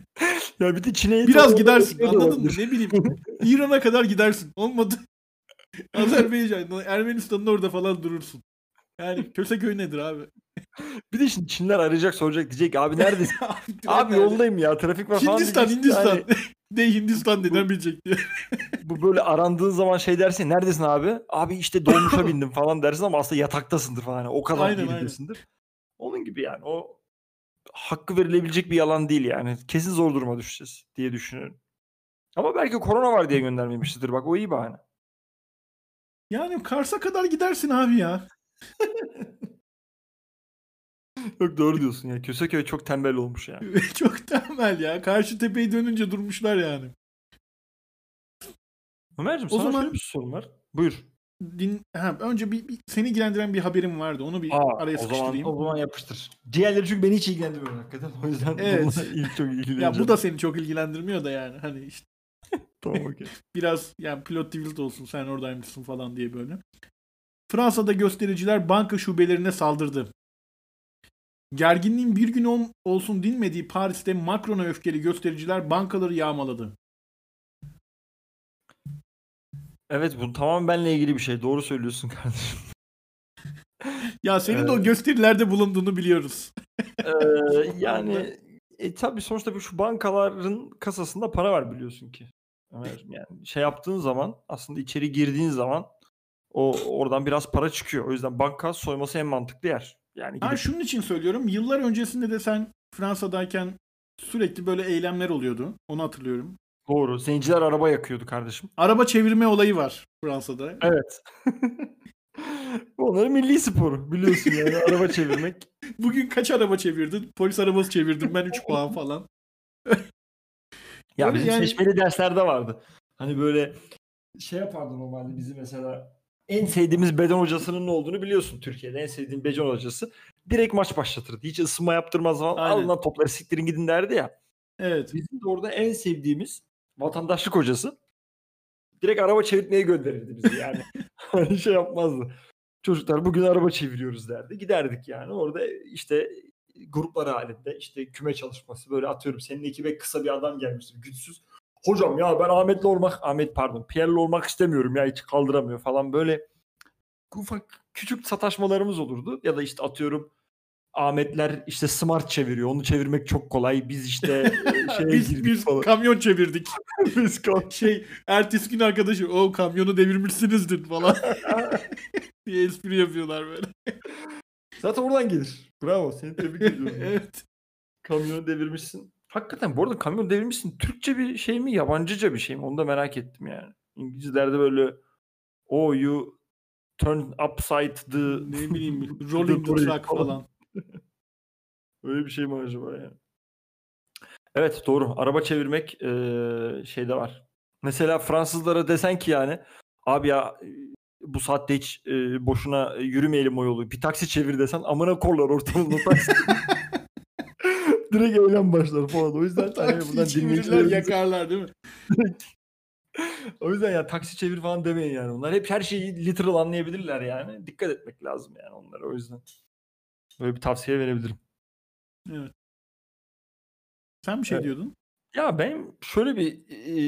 Ya bir de Çin'e Biraz gidersin anladın mı? Ne bileyim. İran'a kadar gidersin. Olmadı. Azerbaycan, Ermenistan'ın orada falan durursun. Yani Köseköy nedir abi? Bir de şimdi Çinler arayacak soracak diyecek ki, abi neredesin? Abi tren Abi nerede? yoldayım ya trafik var falan Hindistan, diyeceksin. Yani De Hindistan bu, neden bilecek diye. bu böyle arandığın zaman şey dersin neredesin abi? Abi işte dolmuşa bindim falan dersin ama aslında yataktasındır falan. Yani o kadar Aynen. geridesindir. Onun gibi yani o hakkı verilebilecek bir yalan değil yani. Kesin zor duruma düşeceğiz diye düşünüyorum. Ama belki korona var diye göndermemiştir. Bak o iyi bahane. Yani Kars'a kadar gidersin abi ya. Yok doğru diyorsun ya. Köseköy çok tembel olmuş ya. Çok temel ya. Karşı tepeyi dönünce durmuşlar yani. Ömerciğim O sana şöyle bir zaman sorum var. Buyur. önce bir seni ilgilendiren bir haberim vardı. Onu bir araya O zaman sıkıştırayım. yapıştır. Diğerleri çünkü beni hiç ilgilendirmiyor hakikaten. O yüzden bununla Evet. ilk çok Ya bu ilgileneceğim. da seni çok ilgilendirmiyor da yani. Hani işte Tamam okey. biraz yani plot twist olsun sen oradaymışsın falan diye böyle. Fransa'da göstericiler banka şubelerine saldırdı. Gerginliğin bir gün olsun dinmediği Paris'te Macron'a öfkeli göstericiler bankaları yağmaladı. Evet bu tamamen benimle ilgili bir şey. Doğru söylüyorsun kardeşim. Ya senin de o Ee, gösterilerde bulunduğunu biliyoruz. e, yani tabii sonuçta şu bankaların kasasında para var biliyorsun ki. Ömer. Yani şey yaptığın zaman aslında içeri girdiğin zaman oradan biraz para çıkıyor. O yüzden banka soyması en mantıklı yer. Yani Ha, gidip şunun için söylüyorum. Yıllar öncesinde de sen Fransa'dayken sürekli böyle eylemler oluyordu. Onu hatırlıyorum. doğru zenciler araba yakıyordu kardeşim. Araba çevirme olayı var Fransa'da. Evet. Bu onların milli sporu biliyorsun yani araba çevirmek. Bugün kaç araba çevirdin? Polis arabası çevirdim ben 3 puan falan. Ya Böyle bizim yani seçmeli derslerde vardı. Hani böyle şey yapardı normalde bizi mesela en sevdiğimiz beden hocasının ne olduğunu biliyorsun Türkiye'de en sevdiğim beden hocası. Direkt maç başlatırdı. Hiç ısınma yaptırmaz falan. Alın aynen. lan topları siktirin gidin derdi ya. Evet. Bizim de orada en sevdiğimiz vatandaşlık hocası direkt araba çevirtmeye gönderirdi bizi yani. Hani şey yapmazdı. Çocuklar bugün araba çeviriyoruz derdi. Giderdik yani. Orada işte gruplar halinde işte küme çalışması böyle atıyorum senin ekibe kısa bir adam gelmiştir güçsüz. Hocam ya ben Pierre'le olmak istemiyorum ya hiç kaldıramıyor falan böyle ufak küçük sataşmalarımız olurdu. Ya da işte atıyorum Ahmetler işte smart çeviriyor. Onu çevirmek çok kolay. Biz işte şeye girdik Biz falan. kamyon çevirdik. Biz Ertesi gün arkadaşı o kamyonu devirmişsinizdir falan diye espri yapıyorlar böyle. Zaten oradan gelir. Bravo. Seni tebrik ediyorum. Evet. Kamyonu devirmişsin. Hakikaten bu arada kamyonu devirmişsin. Türkçe bir şey mi, yabancıca bir şey mi? Onu da merak ettim yani. İngilizlerde böyle oh you turn upside Ne bileyim the rolling the brake truck falan. falan. Öyle bir şey mi acaba yani? Evet doğru. Araba çevirmek şeyde var. Mesela Fransızlara desen ki yani abi ya bu saatte hiç boşuna yürümeyelim o yolu. Bir taksi çevir desen amına korlar ortalığında taksi. Direkt eylem başlar falan. O yüzden hani Taksiyi buradan çevirirler dinleyicilerimize yakarlar değil mi? o yüzden ya taksi çevir falan demeyin yani. Onlar hep her şeyi literal anlayabilirler yani. Dikkat etmek lazım yani onlara o yüzden. Böyle bir tavsiye verebilirim. Evet. Sen bir şey Evet. diyordun. Ya ben şöyle bir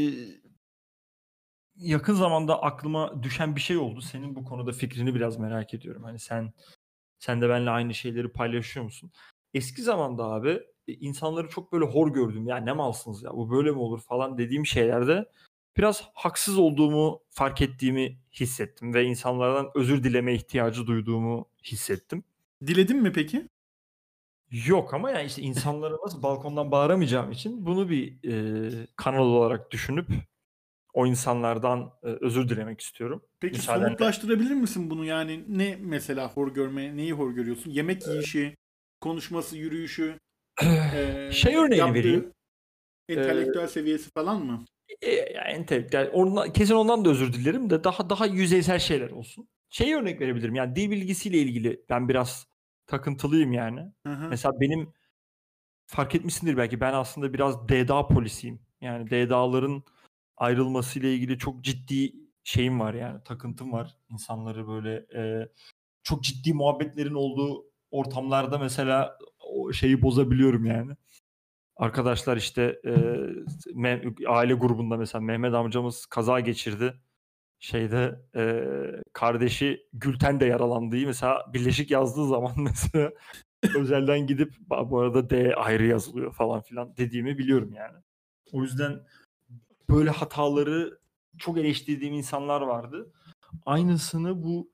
yakın zamanda aklıma düşen bir şey oldu. Senin bu konuda fikrini biraz merak ediyorum. Hani sen de benimle aynı şeyleri paylaşıyor musun? Eski zamanda abi insanları çok böyle hor gördüm. Ya ne malsınız ya bu böyle mi olur falan dediğim şeylerde biraz haksız olduğumu fark ettiğimi hissettim ve insanlardan özür dileme ihtiyacı duyduğumu hissettim. Diledin mi peki? Yok ama yani işte insanlara nasıl balkondan bağıramayacağım için bunu bir kanal olarak düşünüp o insanlardan özür dilemek istiyorum. Peki Müsaadenle. somutlaştırabilir misin bunu? Yani ne mesela hor görme, neyi hor görüyorsun? Yemek yiyişi, konuşması, yürüyüşü, Şey örneğini vereyim. yaptığı Eee entelektüel seviyesi falan mı? Ya entelektüel. Kesin ondan da özür dilerim de daha yüzeysel şeyler olsun. Şey örnek verebilirim. Yani dil bilgisiyle ilgili ben biraz takıntılıyım yani. Hı hı. Mesela benim fark etmişsindir belki ben aslında biraz DDA polisiyim. Yani DDA'ların ayrılmasıyla ilgili çok ciddi şeyim var yani takıntım var. İnsanları böyle çok ciddi muhabbetlerin olduğu ortamlarda mesela o şeyi bozabiliyorum yani. Arkadaşlar işte aile grubunda mesela Mehmet amcamız kaza geçirdi. Şeyde kardeşi Gülten de yaralandı. Mesela birleşik yazdığı zaman mesela özelden gidip bu arada D ayrı yazılıyor falan filan dediğimi biliyorum yani. O yüzden böyle hataları çok eleştirdiğim insanlar vardı. Aynısını bu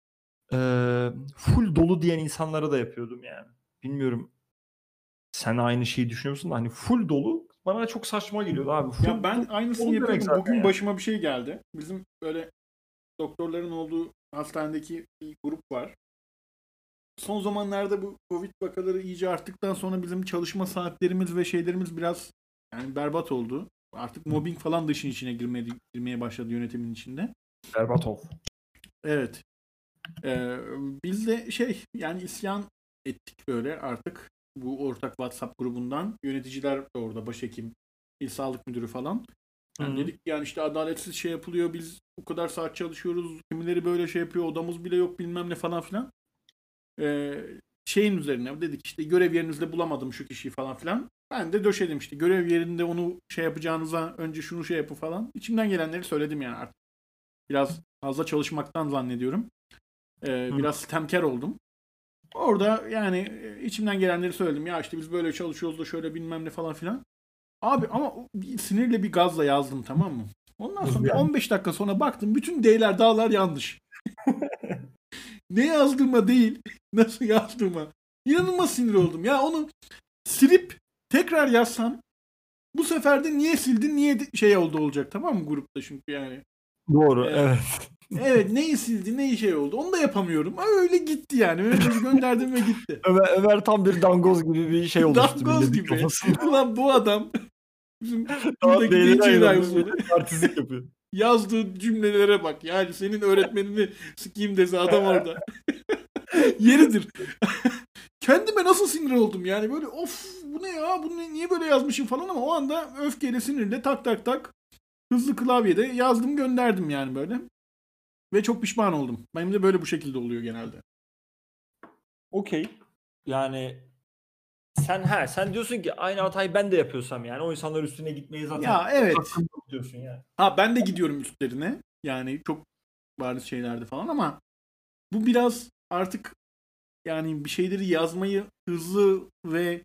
full dolu diyen insanlara da yapıyordum yani. Bilmiyorum sen aynı şeyi düşünüyor musun? Hani full dolu bana çok saçma geliyordu abi. Ya ben Full aynısını dolu demek yapıyordum. zaten Bugün yani. başıma bir şey geldi. Bizim böyle doktorların olduğu hastanedeki bir grup var. Son zamanlarda bu Covid vakaları iyice arttıktan sonra bizim çalışma saatlerimiz ve şeylerimiz biraz yani berbat oldu. Artık mobbing falan da işin içine girmeye başladı yönetimin içinde. Berbatov. Evet. Ee, Biz de yani isyan ettik böyle artık bu ortak WhatsApp grubundan. Yöneticiler de orada başhekim, il sağlık müdürü falan. Yani Hı. dedik yani işte adaletsiz şey yapılıyor. Biz bu kadar saat çalışıyoruz. Kimileri böyle şey yapıyor. Odamız bile yok bilmem ne falan filan. Ee, Şeyin üzerine dedik işte görev yerinizde bulamadım şu kişiyi falan filan. Ben de döşedim işte görev yerinde onu şey yapacağınıza önce şunu şey yapın falan. İçimden gelenleri söyledim yani artık. Biraz fazla çalışmaktan zannediyorum. Biraz sitemkar oldum. Orada yani içimden gelenleri söyledim. Ya işte biz böyle çalışıyoruz da şöyle bilmem ne falan filan. Abi ama sinirle bir gazla yazdım, tamam mı? Ondan sonra bir 15 dakika sonra baktım bütün D'ler dağlar yanlış. Ne yazdığıma değil, nasıl yazdığıma. İnanılmaz sinir oldum. Ya onu silip tekrar yazsam bu sefer de niye sildin, niye şey olacak, tamam mı grupta çünkü yani. Doğru, evet. Evet, neyi sildi, neyi şey oldu onu da yapamıyorum. Öyle gitti yani. Mesajı gönderdim ve gitti. Ömer tam bir dangoz gibi bir şey oluştu. Dangoz gibi. Ulan bu adam bizim buradaki Değerli cerrahi artistlik yapıyor. yazdığı cümlelere bak. Yani senin öğretmenini sikeyim dese adam orada. Yeridir. Kendime nasıl sinir oldum yani böyle of bu ne ya bunu niye böyle yazmışım falan ama o anda öfkeyle sinirle tak tak tak hızlı klavyede yazdım gönderdim yani böyle. Ve çok pişman oldum. Benim de böyle bu şekilde oluyor genelde. Okey. Yani sen diyorsun ki aynı hatayı ben de yapıyorsam yani o insanlar üstüne gitmeyi zaten ya evet diyorsun yani. Ha ben de gidiyorum üstlerine. Yani çok bariz şeylerde falan ama bu biraz artık yani bir şeyleri yazmayı hızlı ve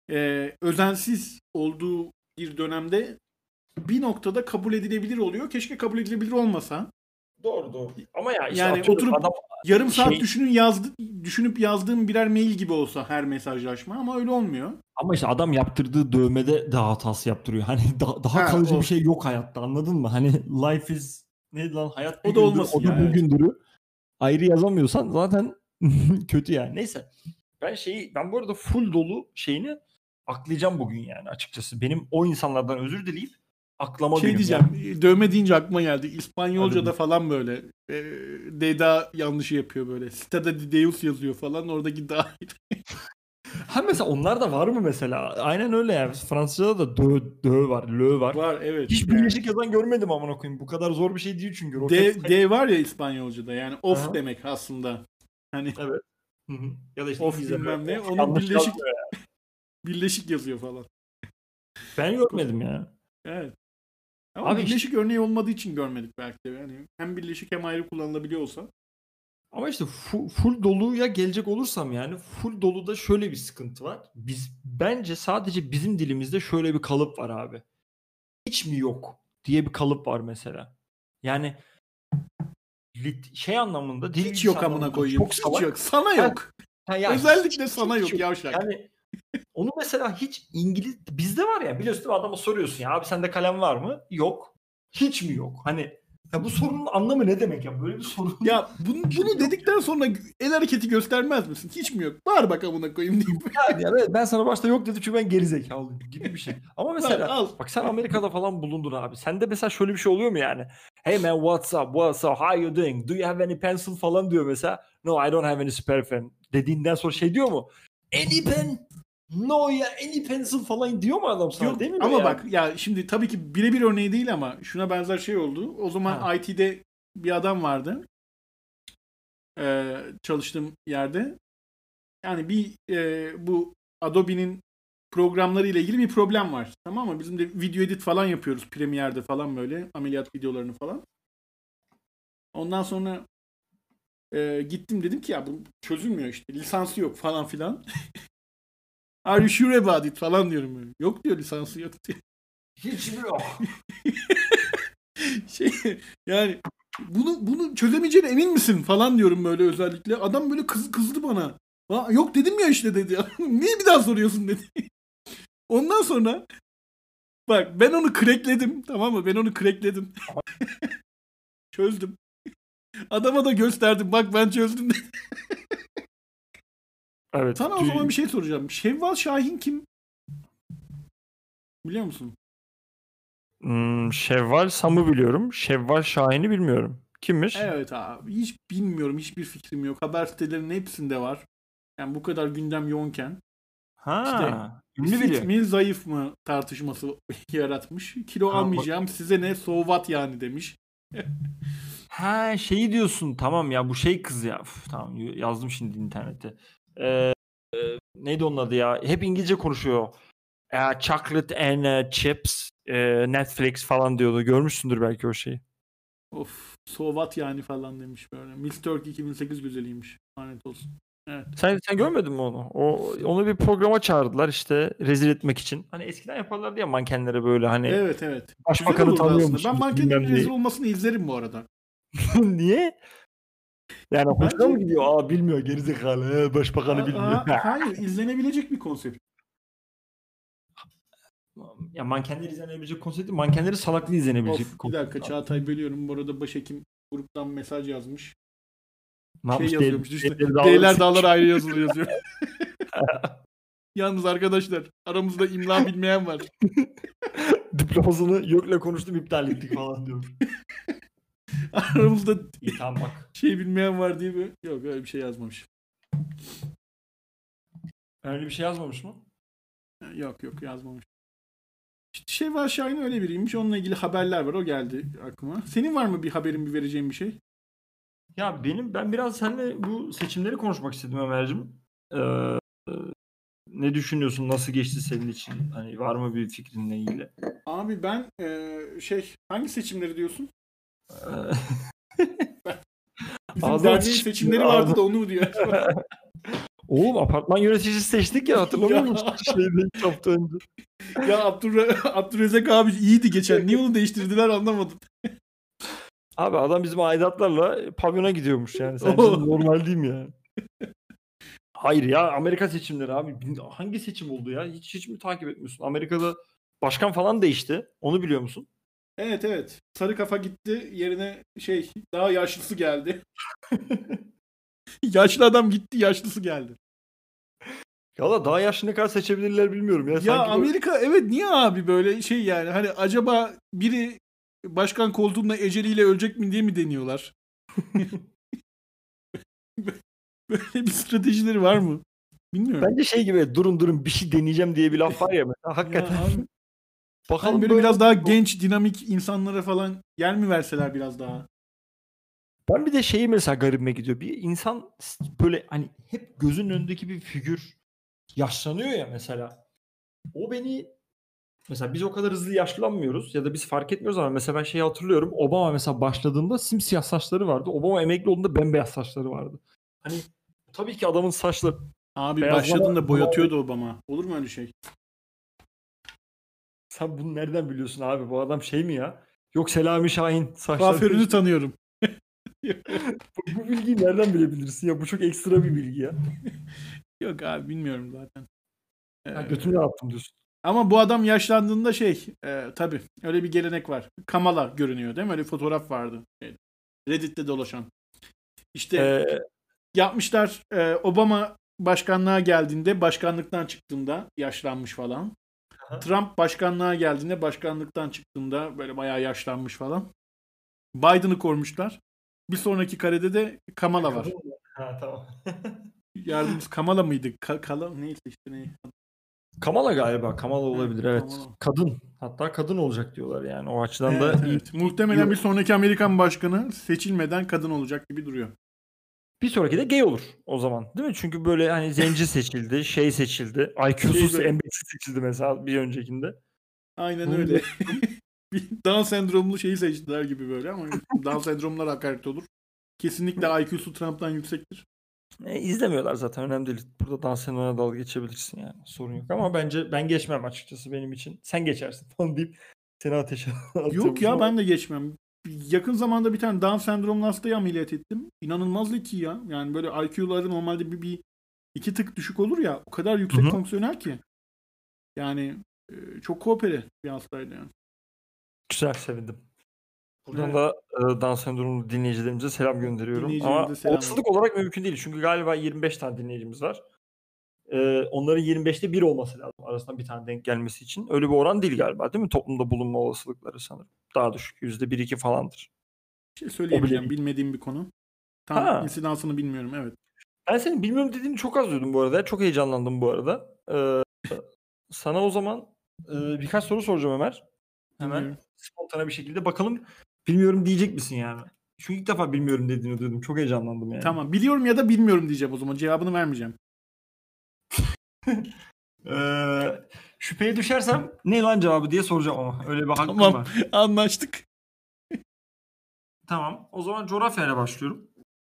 özensiz olduğu bir dönemde bir noktada kabul edilebilir oluyor. Keşke kabul edilebilir olmasa. Doğru. Ama ya işte yani oturup adam yarım saat düşünüp yazdığım birer mail gibi olsa her mesajlaşma ama öyle olmuyor. Ama işte adam yaptırdığı dövmede de hatası yaptırıyor. Hani daha kalıcı bir şey yok hayatta, anladın mı? Hani life is neydi lan, hayat bir o da gündür, olmasın o da ya, bugündürü ayrı yazamıyorsan zaten kötü yani. Neyse. Ben bu arada full dolu şeyini aklayacağım bugün yani açıkçası. Benim o insanlardan özür dileyip aklama şey günüm diyeceğim. yani. Dövme deyince aklıma geldi. İspanyolca'da falan böyle Deda yanlışı yapıyor böyle. Ciudad de Deus yazıyor falan. Oradaki dahil. Ha mesela onlar da var mı mesela? Aynen öyle yani. Fransızca'da da dö var, lö var. Var evet. Hiç yani. birleşik yazan görmedim amına koyayım. Bu kadar zor bir şey değil çünkü. D var ya İspanyolca'da. Yani of Aha. demek aslında. Hani Evet. Hı. Ya da işte of İngilizce bilmem ne. of, Onu yanlış yazmıyor ya. birleşik yazıyor falan. Ben görmedim ya. Evet. Ama Abi işte, birleşik örneği olmadığı için görmedik belki de. Yani hem birleşik hem ayrı kullanılabiliyor olsa. ama işte full doluya gelecek olursam yani full doluda şöyle bir sıkıntı var. Bence sadece bizim dilimizde şöyle bir kalıp var abi. Hiç mi yok diye bir kalıp var mesela. Yani şey anlamında, dil Hiç bilgisi yok amına anlamında koyayım. çok Hiç salak. yok. Sana Ha, yok. ya Özellikle sana yok yok. yavşak. Yani onu mesela hiç bizde var ya, biliyorsun değil mi? Adama soruyorsun ya abi sende kalem var mı? Yok. Hiç mi yok? Hani ya bu sorunun anlamı ne demek ya? Böyle bir sorun. Ya bunu dedikten sonra el hareketi göstermez misin? Hiç mi yok? Bağır bak amına koyayım diye. Yani evet, ben sana başta yok dedim çünkü ben gerizekalıyım gibi bir şey. Ama mesela Al. bak sen Amerika'da falan bulundun abi. Sende mesela şöyle bir şey oluyor mu yani? Hey man, what's up? How you doing? Do you have any pencil falan diyor mesela. No, I don't have any spare pen. Dediğinden sonra şey diyor mu? Any pen? No ya, any pencil falan diyor mu adam sana? Yok Demiyor ama yani. bak ya şimdi tabii ki birebir örneği değil ama şuna benzer şey oldu. O zaman IT'de bir adam vardı. Çalıştığım yerde. Yani bu Adobe'nin programları ile ilgili bir problem var. Tamam mı? Bizim de video edit falan yapıyoruz Premiere'de falan böyle ameliyat videolarını falan. Ondan sonra gittim dedim ki ya bu çözülmüyor işte. Lisansı yok falan filan. Are you sure about it falan diyorum böyle. Yok diyor lisansı yok diyor. Hiç mi yok? Şey yani bunu çözemeyeceğine emin misin falan diyorum böyle özellikle. Adam böyle kızdı bana. Yok dedim ya işte dedi. Niye bir daha soruyorsun dedi. Ondan sonra bak ben onu crackledim, tamam mı? Ben onu crackledim. Çözdüm. Adama da gösterdim. Bak ben çözdüm dedi. Evet. Sana o zaman bir şey soracağım. Şevval Şahin kim? Biliyor musun? Şevval Sam'ı biliyorum. Şevval Şahin'i bilmiyorum. Kimmiş? Evet abi. Hiç bilmiyorum. Hiçbir fikrim yok. Haber sitelerinin hepsinde var. Yani bu kadar gündem yoğunken. İşte Ünlü fit biri. mi zayıf mı tartışması yaratmış. Kilo almayacağım size ne so what yani demiş. Şeyi diyorsun, tamam ya, bu şey kız ya. Tamam, yazdım şimdi internette. Neydi onun adı ya? Hep İngilizce konuşuyor. Chocolate and chips, Netflix falan diyordu. Görmüşsündür belki o şeyi. Of, so what yani falan demiş böyle. Miss Turkey 2008 güzeliymiş. Lanet olsun. Evet. Sen görmedin mi onu? Onu bir programa çağırdılar işte rezil etmek için. Hani eskiden yaparlardı ya mankenlere böyle hani Evet. Güzel başbakanı olurdu aslında. Ben tanıyormuşsunuz mankenin bilmem rezil neyi. olmasını izlerim bu arada. Niye? Yani hoşuna mı Bence gidiyor? Aa bilmiyor gerizekalı. Başbakanı bilmiyor. hayır, izlenebilecek bir konsept. Ya mankenleri izlenebilecek konsept değil. Mankenleri salaklı izlenebilecek bir Of, bir konsept. dakika, Çağatay bölüyorum. Bu arada başhekim gruptan mesaj yazmış. Ne Şey yapmış? yazıyormuş işte. Devletleri D'ler dağları dağlar ayrı yazıyor. Yalnız arkadaşlar, aramızda imla bilmeyen var. diplomasını YÖK'le konuştum iptal ettik falan diyor. Aramızda İyi tamam bak. şey bilmeyen var diye bir... Yok, öyle bir şey yazmamış. Öyle bir şey yazmamış mı? Yok yazmamış. İşte Şevval Şahin öyle biriymiş. Onunla ilgili haberler var. O geldi aklıma. Senin var mı bir haberin, bir vereceğin bir şey? Ya ben biraz seninle bu seçimleri konuşmak istedim Ömer'cim. Ee, ne düşünüyorsun? Nasıl geçti senin için? Hani var mı bir fikrinle ilgili? Abi ben hangi seçimleri diyorsun? Bizim Ağzına derneğin sıçtı. seçimleri vardı da onu mu diyor? Oğlum apartman yöneticisi seçtik ya hatırlamıyor Ya. musun? Şeyde 2 hafta önce. Ya Abdurrezzak abi iyiydi geçen. Niye onu değiştirdiler anlamadım. Abi adam bizim aidatlarla pavyona gidiyormuş yani. Sence Oo. normal değil mi ya? Hayır ya Amerika seçimleri abi. Hangi seçim oldu ya? Hiç mi takip etmiyorsun? Amerika'da başkan falan değişti. Onu biliyor musun? Evet. Sarı kafa gitti. Yerine daha yaşlısı geldi. Yaşlı adam gitti, yaşlısı geldi. Ya da daha yaşlı ne kadar seçebilirler bilmiyorum ya. Ya Sanki Amerika evet, niye abi böyle yani hani acaba biri başkan koltuğunda eceliyle ölecek mi diye mi deniyorlar? Böyle bir stratejileri var mı? Bilmiyorum. bence şey gibi durun bir şey deneyeceğim diye bir laf var ya mesela. Hakikaten. Ya abi, hani Bakalım böyle böyle biraz daha genç, dinamik insanlara falan yer mi verseler biraz daha? Ben bir de şeyi mesela garibime gidiyor. Bir insan böyle hani hep gözünün önündeki bir figür yaşlanıyor ya mesela. O beni mesela biz o kadar hızlı yaşlanmıyoruz ya da biz fark etmiyoruz ama mesela ben şeyi hatırlıyorum. Obama mesela başladığında simsiyah saçları vardı. Obama emekli olduğunda bembeyaz saçları vardı. Hani tabii ki adamın saçları Abi beyazlama başladığında boyatıyordu Obama. Olur mu öyle şey? Sen bunu nereden biliyorsun abi? Bu adam şey mi ya? Yok Selami Şahin saçları. Kuaförünü tanıyorum. Bu bilgiyi nereden bilebilirsin ya? Bu çok ekstra bir bilgi ya. Yok abi, bilmiyorum zaten. Ha, götümle attım diyorsun. Ama bu adam yaşlandığında tabii öyle bir gelenek var. Kamala görünüyor değil mi? Öyle bir fotoğraf vardı. Reddit'te dolaşan. İşte Ee, yapmışlar, Obama başkanlığa geldiğinde, başkanlıktan çıktığında yaşlanmış falan. Aha. Trump başkanlığa geldiğinde, başkanlıktan çıktığında böyle bayağı yaşlanmış falan. Biden'ı koymuşlar. Bir sonraki karede de Kamala var. Ha tamam. Yardımcımız Kamala mıydı? Neyse işte ne? Kamala galiba. Kamala olabilir evet. Kamala. Kadın. Hatta kadın olacak diyorlar yani. O açıdan da Evet. Muhtemelen bir sonraki Amerikan başkanı seçilmeden kadın olacak gibi duruyor. bir sonraki de gay olur o zaman. Değil mi? Çünkü böyle hani zenci seçildi, şey seçildi. IQ'suz böyle- embeksiz seçildi mesela bir öncekinde. Aynen Bunu öyle. Bir Down sendromlu şeyi seçtiler gibi böyle, ama Down sendromlar hakaret olur. Kesinlikle IQ'su Trump'tan yüksektir. izlemiyorlar zaten önemli değil. Burada dans senaryoya dalga geçebilirsin yani. Sorun yok ama bence ben geçmem açıkçası benim için. Sen geçersin falan deyip seni ateşe Yok atıyormuşum ya, ama ben de geçmem. Yakın zamanda bir tane Down sendromlu hastayı ameliyat ettim. İnanılmaz zeki ya. Yani böyle IQ'ları normalde bir iki tık düşük olur ya. O kadar yüksek Hı-hı. fonksiyonel ki. Yani çok koopere bir hastaydı yani. Güzel sevindim. Buradan Evet. da Down sendromlu dinleyicilerimize selam gönderiyorum. Dinleyicilerimize Ama selam olasılık olarak mümkün değil. Çünkü galiba 25 tane dinleyicimiz var. Onların 25'te 1 olması lazım. Arasından bir tane denk gelmesi için. Öyle bir oran değil galiba değil mi? Toplumda bulunma olasılıkları sanırım. Daha düşük. %1-2 falandır. Bir şey O bile söyleyemeyeceğim. değil. Bilmediğim bir konu. Tam Ha. insidansını bilmiyorum. Evet. Ben senin bilmiyorum dediğini çok az duydum bu arada. Çok heyecanlandım bu arada. Sana o zaman birkaç soru soracağım Ömer. Hemen Dinliyorum. spontane bir şekilde. Bakalım bilmiyorum diyecek misin yani? Çünkü ilk defa bilmiyorum dediğini duydum. Çok heyecanlandım yani. Tamam. Biliyorum ya da bilmiyorum diyeceğim o zaman. Cevabını vermeyeceğim. Şüpheye düşersem ne lan cevabı diye soracağım ama. Öyle bir hakkım Tamam. var. Anlaştık. Tamam. O zaman coğrafyayla başlıyorum.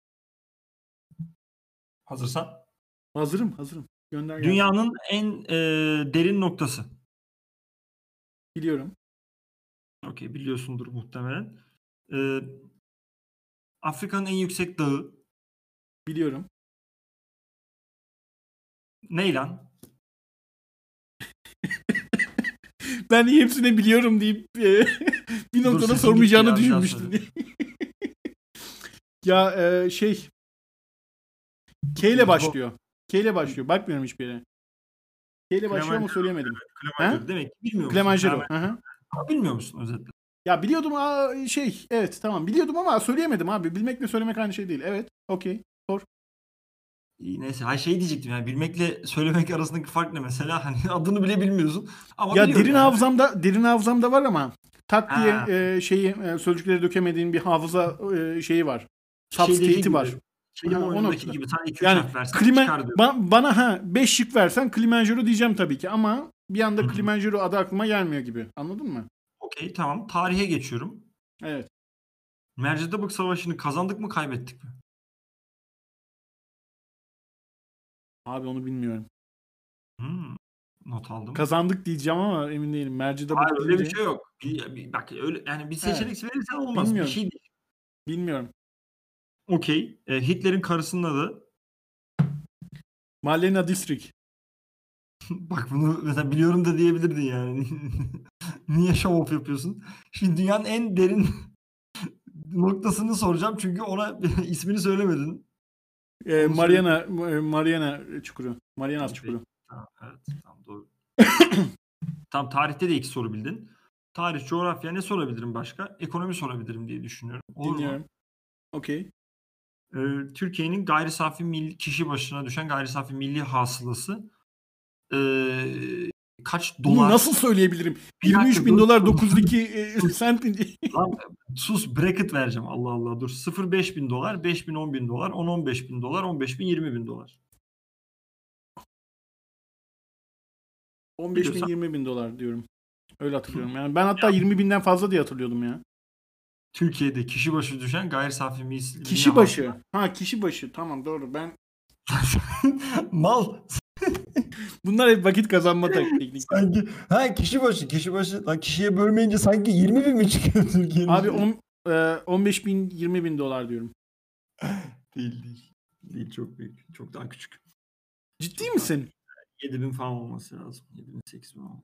Hazırsan. Hazırım. Gönder gelsin. Dünyanın en derin noktası. Biliyorum. Okey, biliyorsundur muhtemelen. E, Afrika'nın en yüksek dağı. Biliyorum. Ne lan? Ben hepsini biliyorum deyip bir Dur, noktada sesin sormayacağını gitti ya, bir daha düşünmüştüm. Ya K ile başlıyor. K ile başlıyor. Bakmıyorum hiçbir yere. K ile başlıyor ama söyleyemedim. Kilimanjaro demek ki bilmiyor musun? Kilimanjaro. Hı hı. Bilmiyor musun özetle? Ya biliyordum evet tamam biliyordum ama söyleyemedim abi. Bilmekle söylemek aynı şey değil. Evet. Okey. Sor. İyi, neyse. Hayır, şey diyecektim yani, bilmekle söylemek arasındaki fark ne mesela? Hani adını bile bilmiyorsun ama Ya biliyorum derin hafızamda var ama tak diye Ha. sözcüklere dökemediğin bir hafıza şeyi var. Şeydeki Substate'i var. gibi. Kelime Ha, o oyunundaki noktada. gibi. Sen 2-3 Yani harf versen çıkar diyor. bana 5 şık versen Kilimanjaro diyeceğim tabii ki ama bir anda Hı hı. Kilimanjaro adı aklıma gelmiyor gibi. Anladın mı? Okey, tamam. Tarihe geçiyorum. Evet. Mercedes Savaşı'nı kazandık mı, kaybettik mi? Abi onu bilmiyorum. Not aldım. Kazandık diyeceğim ama emin değilim. Mercidabık Hayır, öyle bir deyince şey yok. Bak öyle yani, bir seçenek verirsen olmaz. bilmiyorum. Bir şey değil. Bilmiyorum. Okey. Hitler'in karısının adı. Marlena Dietrich. Bak, bunu mesela biliyorum da diyebilirdin yani. Niye show off yapıyorsun? Şimdi dünyanın en derin noktasını soracağım çünkü ona ismini söylemedin. Mariana Çukuru. Marianas Çukuru. Tamam, evet, tamam, doğru. Tam tarihte de 2 soru bildin. Tarih, coğrafya, ne sorabilirim başka? Ekonomi sorabilirim diye düşünüyorum. Olur Dinliyorum. mu? Okey. Türkiye'nin gayri safi milli kişi başına düşen gayri safi milli hasılası kaç Bunu dolar? nasıl söyleyebilirim? Bir dakika, 23 bin dur. dolar 902 sent. Lan, sus, bracket vereceğim. Allah Allah, dur. 0-5 bin dolar, 5 bin 10 bin dolar, 10-15 bin dolar, 15 bin 20 bin dolar. 15 bin 20 bin dolar diyorum. Öyle hatırlıyorum. Yani ben hatta 20 binden fazla diye hatırlıyordum ya. Türkiye'de kişi başı düşen gayri safi milli Kişi başı. Ha, kişi başı. Tamam, doğru. Ben mal. bunlar hep vakit kazanma teknikleri. Sanki kişi başı lan, kişiye bölmeyince sanki 20 bin mi çıkıyor Türkiye'nin? Abi 15 bin 20 bin dolar diyorum. Değil, çok büyük. Çok daha küçük. Ciddi Çok misin? 7 bin falan olması lazım. 7 bin, 8 bin olması.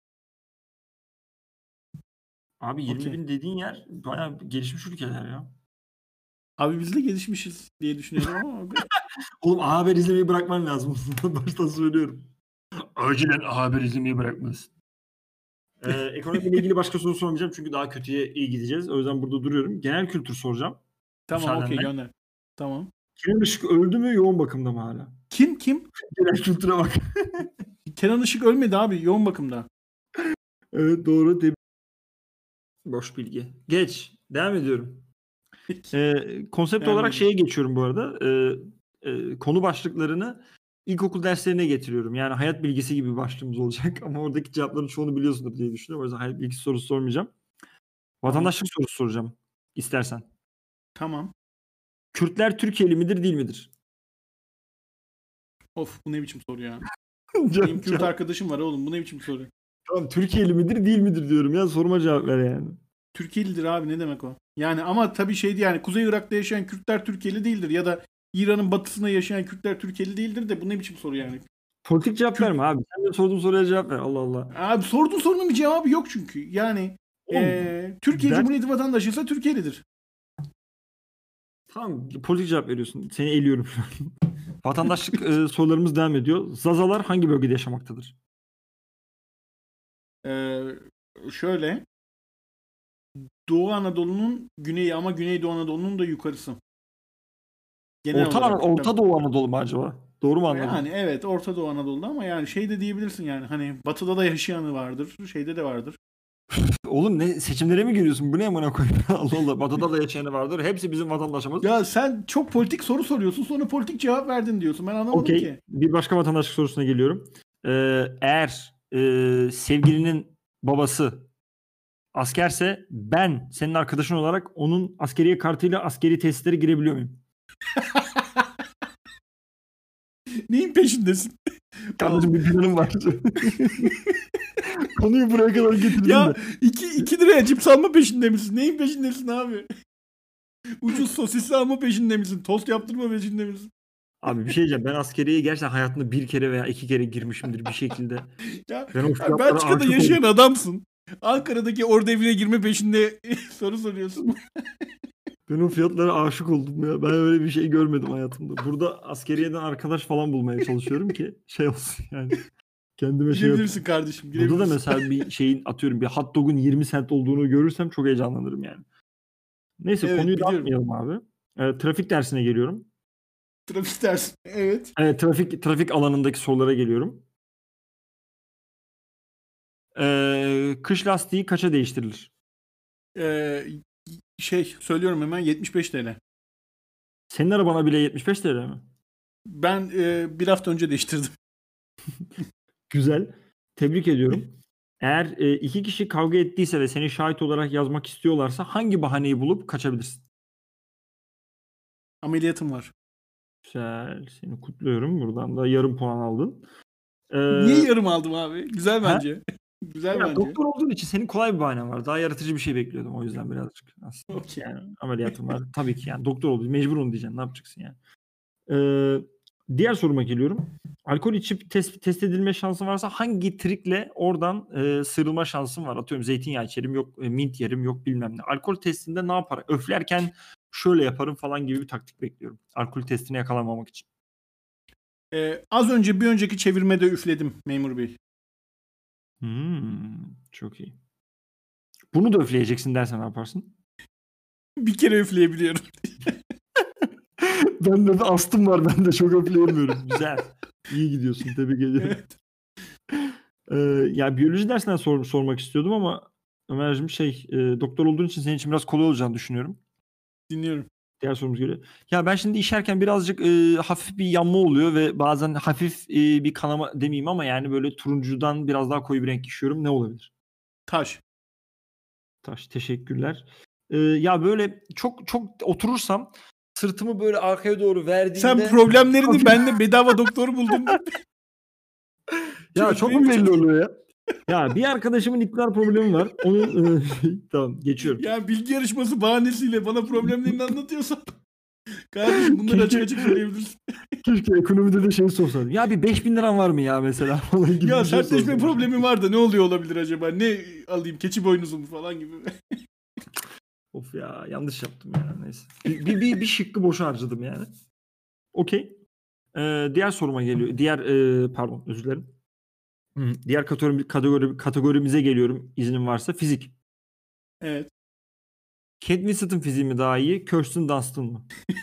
Abi 20 Okey. bin dediğin yer bayağı gelişmiş ülkeler ya. Abi biz de gelişmişiz diye düşünüyorum ama Oğlum, A Haber izlemeyi bırakman lazım. Baştan söylüyorum. Acilen A Haber izlemeyi bırakmalısın. Ekonomiyle ilgili başka soru sormayacağım çünkü daha kötüye iyi gideceğiz. O yüzden burada duruyorum. Genel kültür soracağım. tamam, okey, Müsaadenle. gönder. Tamam. Kenan Işık öldü mü, yoğun bakımda mı hala? Kim? Genel kültüre bak. Kenan Işık ölmedi abi, yoğun bakımda. Evet, doğru. Boş bilgi. Geç. Devam ediyorum. Konsept Devam olarak edin. şeye geçiyorum bu arada. Konu başlıklarını ilkokul derslerine getiriyorum. Yani hayat bilgisi gibi bir başlığımız olacak. Ama oradaki cevapların çoğunu biliyorsundur diye düşünüyorum. O yüzden hayat bilgisi sorusu sormayacağım. Vatandaşlık sorusu soracağım. İstersen. Tamam. Kürtler Türkiye'li midir, değil midir? Of, bu ne biçim soru ya? Benim Kürt arkadaşım var oğlum, bu ne biçim soru? Tamam, Türkiye'li midir, değil midir diyorum ya. Soruma cevap ver yani. Türkiye'lidir abi, ne demek o? Yani ama tabii şeydi yani, Kuzey Irak'ta yaşayan Kürtler Türkiye'li değildir ya da İran'ın batısında yaşayan Kürtler Türkiye'li değildir de bu ne biçim soru yani? Politik cevap verme abi. Sen de sorduğum soruya cevap ver. Allah Allah. Abi sorduğun sorunun bir cevabı yok çünkü. Yani Türkiye Cumhuriyeti vatandaşıysa Türkiye'lidir. Tamam, politik cevap veriyorsun. Seni eliyorum şu an. Vatandaşlık sorularımız devam ediyor. Zazalar hangi bölgede yaşamaktadır? Şöyle, Doğu Anadolu'nun güneyi ama Güneydoğu Anadolu'nun da yukarısı. Genel olarak. Orta Doğu Anadolu mu acaba? Doğru mu anladım? Yani evet, Orta Doğu Anadolu'da ama yani şey de diyebilirsin yani, hani batıda da yaşayanı vardır, şeyde de vardır. Oğlum, ne seçimlere mi giriyorsun? Bu ne amına koyayım? Allah Allah. Batı'da da yaşayanı vardır. Hepsi bizim vatandaşımız. Ya sen çok politik soru soruyorsun, sonra politik cevap verdin diyorsun. Ben anlamadım Okey. ki. Bir başka vatandaşlık sorusuna geliyorum. Eğer sevgilinin babası askerse ben senin arkadaşın olarak onun askeriye kartıyla askeri tesislere girebiliyor muyum? Neyin peşindesin? Kardeşim bir planım var. Konuyu buraya kadar getirdim Ya de. 2 liraya cips alma peşinde misin? Neyin peşindesin abi? Ucuz sosis alma peşinde misin? Tost yaptırma peşinde misin? Abi bir şey diyeceğim. Ben askeriye gerçekten hayatımda 1 kere veya 2 kere girmişimdir bir şekilde. Ya, Ben o fiyatlara Belçika'da aşık yaşayan oldum. adamsın. Ankara'daki ordu evine girme peşinde soru soruyorsun. Ben o fiyatlara aşık oldum ya. Ben öyle bir şey görmedim hayatımda. Burada askeriyeden arkadaş falan bulmaya çalışıyorum ki şey olsun yani. Kendime şey yapayım. Girebilirsin kardeşim. Burada da Girebilirsin. mesela bir şeyin atıyorum bir hot dog'un 20 cent olduğunu görürsem çok heyecanlanırım yani. Neyse Evet, konuyu biliyorum. dağıtmayalım abi. Trafik dersine geliyorum. Trafik dersi. Evet. Evet, trafik alanındaki sorulara geliyorum. Kış lastiği kaça değiştirilir? Söylüyorum hemen 75 TL. Senin arabana bile 75 TL mi? Ben bir hafta önce değiştirdim. Güzel. Tebrik ediyorum. Eğer 2 kişi kavga ettiyse ve seni şahit olarak yazmak istiyorlarsa hangi bahaneyi bulup kaçabilirsin? Ameliyatım var. Güzel. Seni kutluyorum. Buradan da yarım puan aldın. Niye yarım aldım abi? Güzel Ha? bence. Güzel Ya bence. doktor olduğun için senin kolay bir bahanen var. Daha yaratıcı bir şey bekliyordum o yüzden birazcık aslında. Okey. Yani ameliyatım var. Tabii ki yani doktor olduğun mecbur onu diyeceksin. Ne yapacaksın yani? Diğer soruma geliyorum. Alkol içip test edilme şansın varsa hangi trikle oradan sıyrılma şansın var? Atıyorum zeytinyağı içerim yok mint yerim yok bilmem ne. Alkol testinde ne yapar? Öflerken şöyle yaparım falan gibi bir taktik bekliyorum. Alkol testini yakalamamak için. Az önce bir önceki çevirmede üfledim memur bey. Çok iyi. Bunu da üfleyeceksin dersen ne yaparsın? Bir kere üfleyebiliyorum. Bende de astım var. Ben de çok öfleyemiyorum. Güzel. İyi gidiyorsun. Tebrik ediyorum. Evet. Ya biyoloji dersinden sormak istiyordum ama Ömerciğim doktor olduğun için senin için biraz kolay olacağını düşünüyorum. Dinliyorum. Diğer sorumuz geliyor. Ya ben şimdi işerken birazcık hafif bir yanma oluyor ve bazen hafif bir kanama demeyeyim ama yani böyle turuncudan biraz daha koyu bir renk işiyorum. Ne olabilir? Taş. Taş. Teşekkürler. Ya böyle çok çok oturursam sırtımı böyle arkaya doğru verdiğimde Sen problemlerini benle bedava doktor buldum. ya çok Çözmeye mu mi belli çalışıyorsun? oluyor ya? Ya bir arkadaşımın idrar problemi var. Onun tamam geçiyorum. Ya bilgi yarışması bahanesiyle bana problemlerini anlatıyorsan. Kardeşim bunları açık açık söyleyebilirsin. Keşke ekonomide de şey sorsaydım. Ya bir 5.000 liram var mı ya mesela falan gibi Ya bir şey sertleşme sorsaydım. problemi var da ne oluyor olabilir acaba? Ne alayım? Keçi boynuzu mu falan gibi. Of ya yanlış yaptım ya neyse. Bir şıkkı boşa harcadım yani. Okey. Diğer soruma geliyor. Pardon özür dilerim. Diğer kategorimize geliyorum iznin varsa. Fizik. Evet. Kate Winslet'ın fiziği mi daha iyi? Kirsten Dunst'ın mı?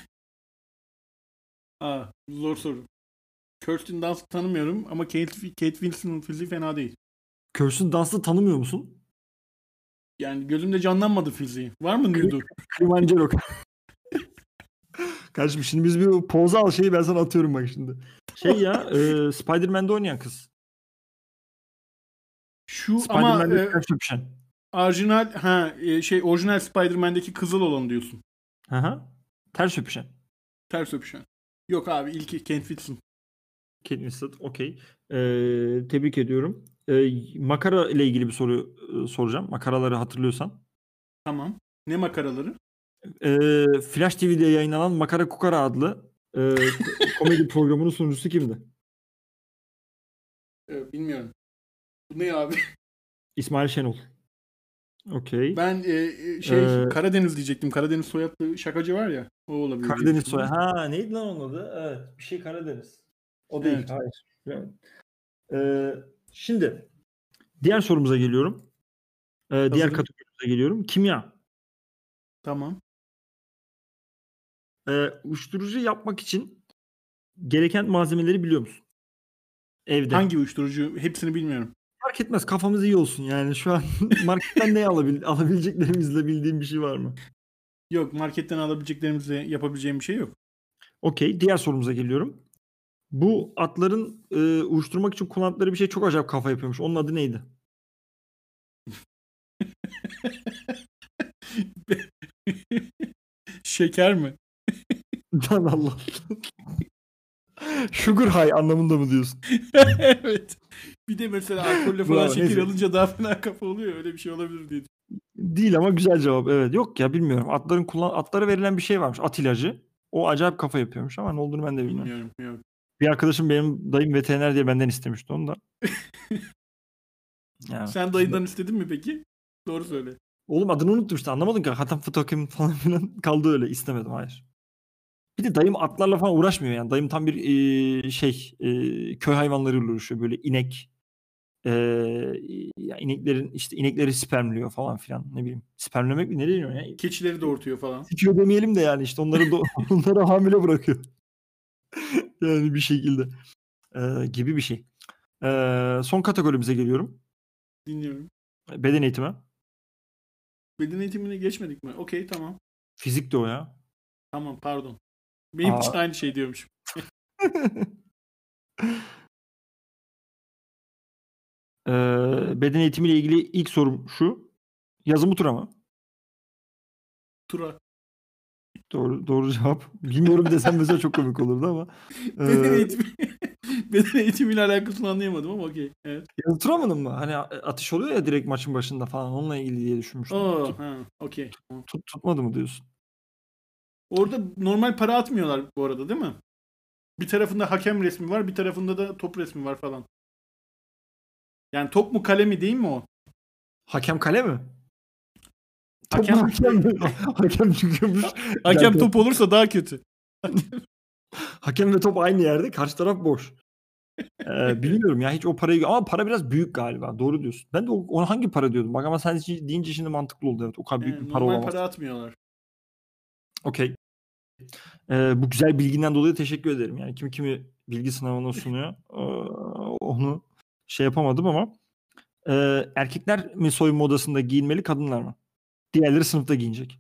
Zor soru. Kirsten Dunst'ı tanımıyorum ama Kate Winslet'ın fiziği fena değil. Kirsten Dunst'ı tanımıyor musun? Yani gözümde canlanmadı fiziği. Var mı nude'u? Kilimanjaro. Kardeşim şimdi biz bir poza al şeyi ben sana atıyorum bak şimdi. Spider-Man'de oynayan kız. Şu ama Spider-Man'de ters öpüşen. orijinal Spider-Man'deki kızıl olan diyorsun. Aha. Ters öpüşen. Ters öpüşen. Yok abi ilki Kate Winslet. Kate Winslet. Okey. Tebrik ediyorum. Makara ile ilgili bir soru soracağım. Makaraları hatırlıyorsan. Tamam. Ne makaraları? Flash TV'de yayınlanan Makara Kukara adlı komedi programının sunucusu kimdi? Bilmiyorum. Bu ne abi? İsmail Şenol. Okey. Ben Karadeniz diyecektim. Karadeniz soyadlı şakacı var ya. O olabilir diye Karadeniz düşündüm. soy. Ha neydi lan onun adı? Evet. Bir şey Karadeniz. O değil. Evet. Hayır. Evet. Şimdi diğer sorumuza geliyorum. Diğer Hazırım. kategorimize geliyorum. Kimya. Tamam. Uyuşturucu yapmak için gereken malzemeleri biliyor musun? Evde. Hangi uyuşturucu? Hepsini bilmiyorum. Fark etmez. Kafamız iyi olsun. Yani şu an marketten ne alabileceklerimizle bildiğim bir şey var mı? Yok, marketten alabileceklerimizle yapabileceğim bir şey yok. Okey. Diğer sorumuza geliyorum. Bu atların uyuşturmak için kullandıkları bir şey çok acayip kafa yapıyormuş. Onun adı neydi? Şeker mi? Lan Allah. Sugar high anlamında mı diyorsun? Evet. Bir de mesela alkolle falan Bravo, şeker neyse. alınca daha fena kafa oluyor. Öyle bir şey olabilir diye. Değil ama güzel cevap. Evet. Yok ya bilmiyorum. Atlara verilen bir şey varmış. At ilacı. O acayip kafa yapıyormuş ama ne olduğunu ben de bilmiyorum. Bilmiyorum. Yok. Bir arkadaşım benim dayım veteriner diye benden istemişti onu da. Yani. Sen dayından istedin mi peki? Doğru söyle. Oğlum adını unuttum işte anlamadın ki. Hatem Fıtokim falan filan kaldı öyle. İstemedim hayır. Bir de dayım atlarla falan uğraşmıyor yani. Dayım tam bir köy hayvanlarıyla uğraşıyor. Böyle inek. Ya inekleri spermliyor falan filan. Ne bileyim. Spermlemek mi? Ne deniyor ya? Keçileri doğurtuyor falan. Sikiyor demeyelim de yani işte onları hamile bırakıyor. Yani bir şekilde. Gibi bir şey. Son kategorimize geliyorum. Dinliyorum. Beden eğitimi. Beden eğitimine geçmedik mi? Okey, tamam. Fizik de o ya. Tamam, pardon. Benim için aynı şey diyormuşum. Beden eğitimiyle ilgili ilk sorum şu. Yazı mı tura mı? Tura. Doğru cevap. Bilmiyorum desem mesela çok komik olurdu ama. Beden eğitimi. Beden eğitimiyle alakasını anlayamadım ama okey. Evet. Yazı tura mı? Hani atış oluyor ya direkt maçın başında falan. Onunla ilgili diye düşünmüştüm. Okey. Tutmadı mı diyorsun? Orada normal para atmıyorlar bu arada değil mi? Bir tarafında hakem resmi var, bir tarafında da top resmi var falan. Yani top mu kale mi değil mi o? Hakem kale mi? Hakem Hakem çıkıyormuş. Hakem top olursa daha kötü. Hakem ve top aynı yerde. Karşı taraf boş. Bilmiyorum ya hiç o parayı ama para biraz büyük galiba. Doğru diyorsun. Ben de ona hangi para diyordum. Bak ama sen deyince şimdi mantıklı oldu. Evet o kadar büyük bir para Normal olamaz. para atmıyorlar. Okey. Bu güzel bilginden dolayı teşekkür ederim. Yani kimi bilgi sınavına sunuyor. Onu şey yapamadım ama erkekler mi soyunma odasında giyinmeli, kadınlar mı? Diğerleri sınıfta giyinecek.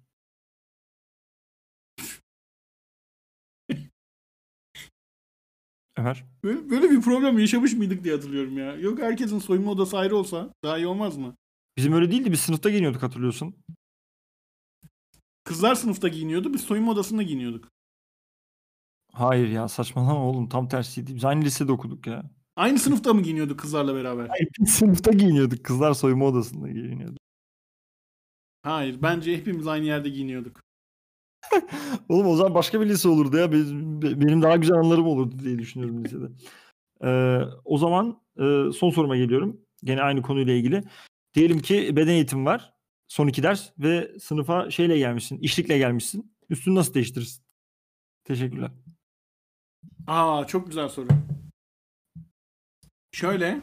Ömer. Böyle bir problem yaşamış mıydık diye hatırlıyorum ya. Yok, herkesin soyunma odası ayrı olsa daha iyi olmaz mı? Bizim öyle değildi. Biz sınıfta giyiniyorduk hatırlıyorsun. Kızlar sınıfta giyiniyordu, biz soyunma odasında giyiniyorduk. Hayır ya saçmalama oğlum tam tersiydi. Biz aynı lisede okuduk ya. Aynı sınıfta mı giyiniyorduk kızlarla beraber? Hayır, biz sınıfta giyiniyorduk. Kızlar soyunma odasında giyiniyordu. Hayır, bence hepimiz aynı yerde giyiniyorduk. Oğlum o zaman başka bir lise olurdu ya. Benim daha güzel anılarım olurdu diye düşünüyorum lisede. O zaman son soruma geliyorum. Gene aynı konuyla ilgili. Diyelim ki beden eğitimi var. Son 2 ders ve sınıfa şeyle gelmişsin. İşlikle gelmişsin. Üstünü nasıl değiştirirsin? Teşekkürler. Çok güzel soru. Şöyle.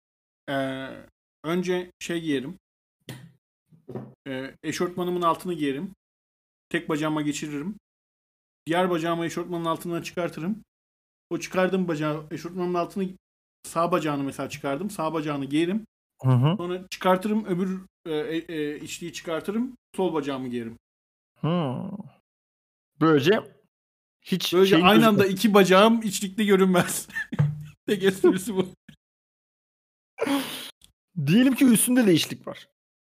Önce şey giyerim. Eşortmanımın altını giyerim. Tek bacağıma geçiririm. Diğer bacağımı eşortmanın altından çıkartırım. O çıkardığım bacağı eşortmanın altını sağ bacağını mesela çıkardım. Sağ bacağını giyerim. Hı. Sonra çıkartırım, öbür içliği çıkartırım. Sol bacağımı giyerim. Böylece Böylece aynı anda iki bacağım içlikte görünmez. Tek esprisi bu. Diyelim ki üstünde de işlik var.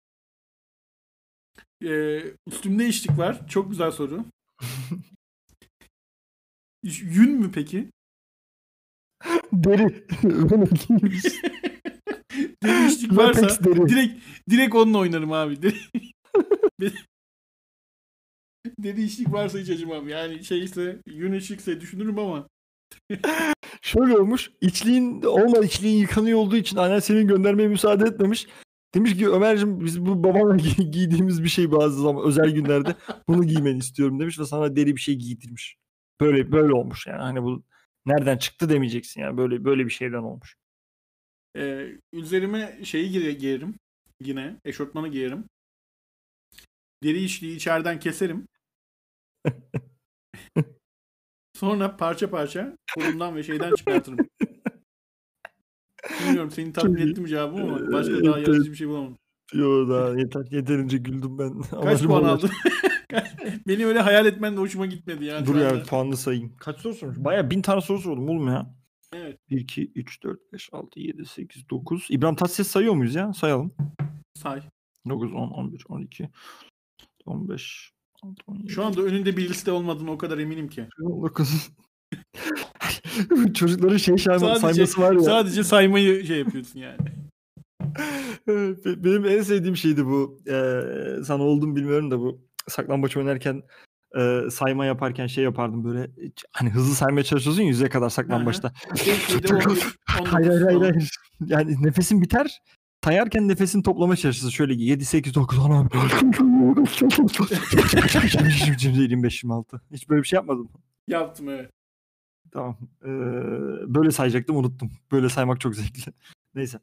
Üstümde içlik var. Çok güzel soru. Yün mü peki? Deri. Deri içlik varsa direkt onunla oynarım abi. Deri içlik varsa hiç acımam. Yani şeyse yün içlikse düşünürüm ama. Şöyle olmuş. İçliğin yıkanıyor olduğu için annen senin göndermeye müsaade etmemiş. Demiş ki Ömerciğim biz bu babamla giydiğimiz bir şey bazı zaman özel günlerde bunu giymeni istiyorum demiş ve sana deri bir şey giydirmiş. Böyle olmuş yani. Hani bu nereden çıktı demeyeceksin yani. Böyle bir şeyden olmuş. Üzerime şeyi giyerim. Yine eşortmanı giyerim. Deri içliği içeriden keserim. Sonra parça parça kolumdan ve şeyden çıkartırım. Bilmiyorum seni tatmin etti mi cevabım ama başka daha yaratıcı bir şey bulamadım. Yo daha yeterince güldüm ben. Kaç puan aldın? Beni öyle hayal etmen de hoşuma gitmedi yani. Dur ya puanını sayayım. Kaç soru sormuş? Bayağı 1000 tane soru sordum oğlum ya. Evet. 1, 2, 3, 4, 5, 6, 7, 8, 9. İbrahim Tatlıses sayıyor muyuz ya? Sayalım. Say. 9, 10, 11, 12, 15, 16, 17. Şu anda önünde bir liste olmadığını o kadar eminim ki. 19. Çocukların sayması var ya. Sadece saymayı şey yapıyorsun yani. Benim en sevdiğim şeydi bu. Sana oldu mu bilmiyorum da bu saklambaç oynarken sayma yaparken şey yapardım böyle, hani hızlı saymaya çalışıyorsun 100'e kadar saklambaçta. Hayır. Yani nefesin biter. Sayarken nefesini toplama çalışırsın. Şöyle 7, 8, 9, 10, 11, 25, 26. Hiç böyle bir şey yapmadım. Yaptım evet. Tamam. Böyle sayacaktım, unuttum. Böyle saymak çok zevkli. Neyse.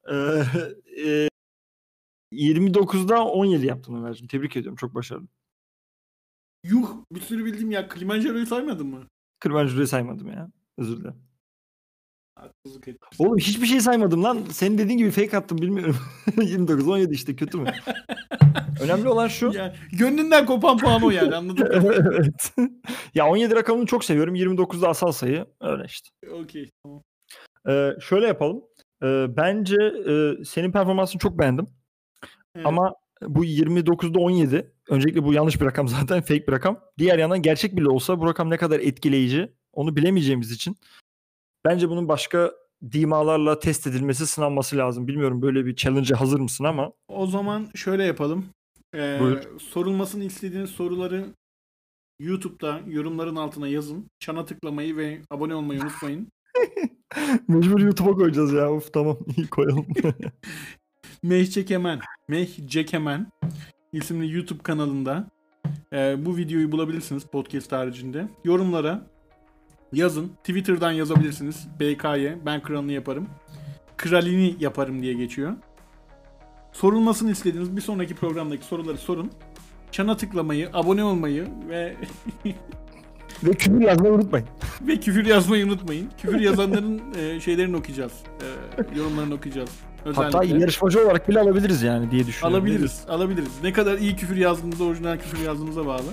29'da 17 yaptım Ömerciğim. Tebrik ediyorum. Çok başarılı. Yuh, bir sürü bildiğim ya. Kilimanjaro'yu saymadın mı? Kilimanjaro'yu saymadım ya. Özür dilerim. Haksızlık ettim. Oğlum hiçbir şey saymadım lan. Senin dediğin gibi fake attım, bilmiyorum. 29, 17 işte, kötü mü? Önemli olan şu. Yani, gönlünden kopan puan o yani, anladın mı? Evet. Ya 17 rakamını çok seviyorum. 29'da asal sayı. Öyle işte. Okey, tamam. Şöyle yapalım. Bence senin performansını çok beğendim. Evet. Ama bu 29'da 17. Öncelikle bu yanlış bir rakam zaten. Fake bir rakam. Diğer yandan gerçek bile olsa bu rakam ne kadar etkileyici onu bilemeyeceğimiz için bence bunun başka dimalarla test edilmesi, sınanması lazım. Bilmiyorum, böyle bir challenge'a hazır mısın ama. O zaman şöyle yapalım. Sorulmasını istediğiniz soruları YouTube'da yorumların altına yazın. Çana tıklamayı ve abone olmayı unutmayın. Mecbur YouTube'a koyacağız ya. Of, tamam, iyi koyalım. Mehcekemen isimli YouTube kanalında bu videoyu bulabilirsiniz podcast haricinde. Yorumlara yazın. Twitter'dan yazabilirsiniz. BK'ye. Ben kralını yaparım. Kralini yaparım diye geçiyor. Sorulmasını istediğiniz bir sonraki programdaki soruları sorun. Çana tıklamayı, abone olmayı ve küfür yazmayı unutmayın. Ve küfür yazmayı unutmayın. Küfür yazanların şeylerini okuyacağız. Yorumlarını okuyacağız. Özellikle. Hatta yarışmacı olarak bile alabiliriz yani diye düşünüyorum. Alabiliriz. Ne kadar iyi küfür yazdığınıza, orijinal küfür yazdığınıza bağlı.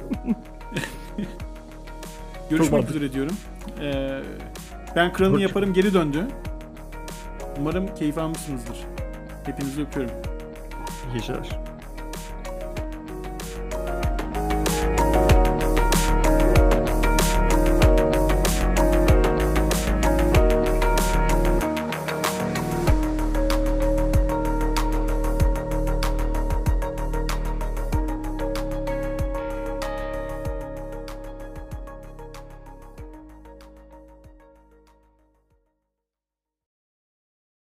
Görüşmek üzere diyorum. Ben kralını yaparım geri döndü. Umarım keyif almışsınızdır. Hepinizi öpüyorum. İyi geceler.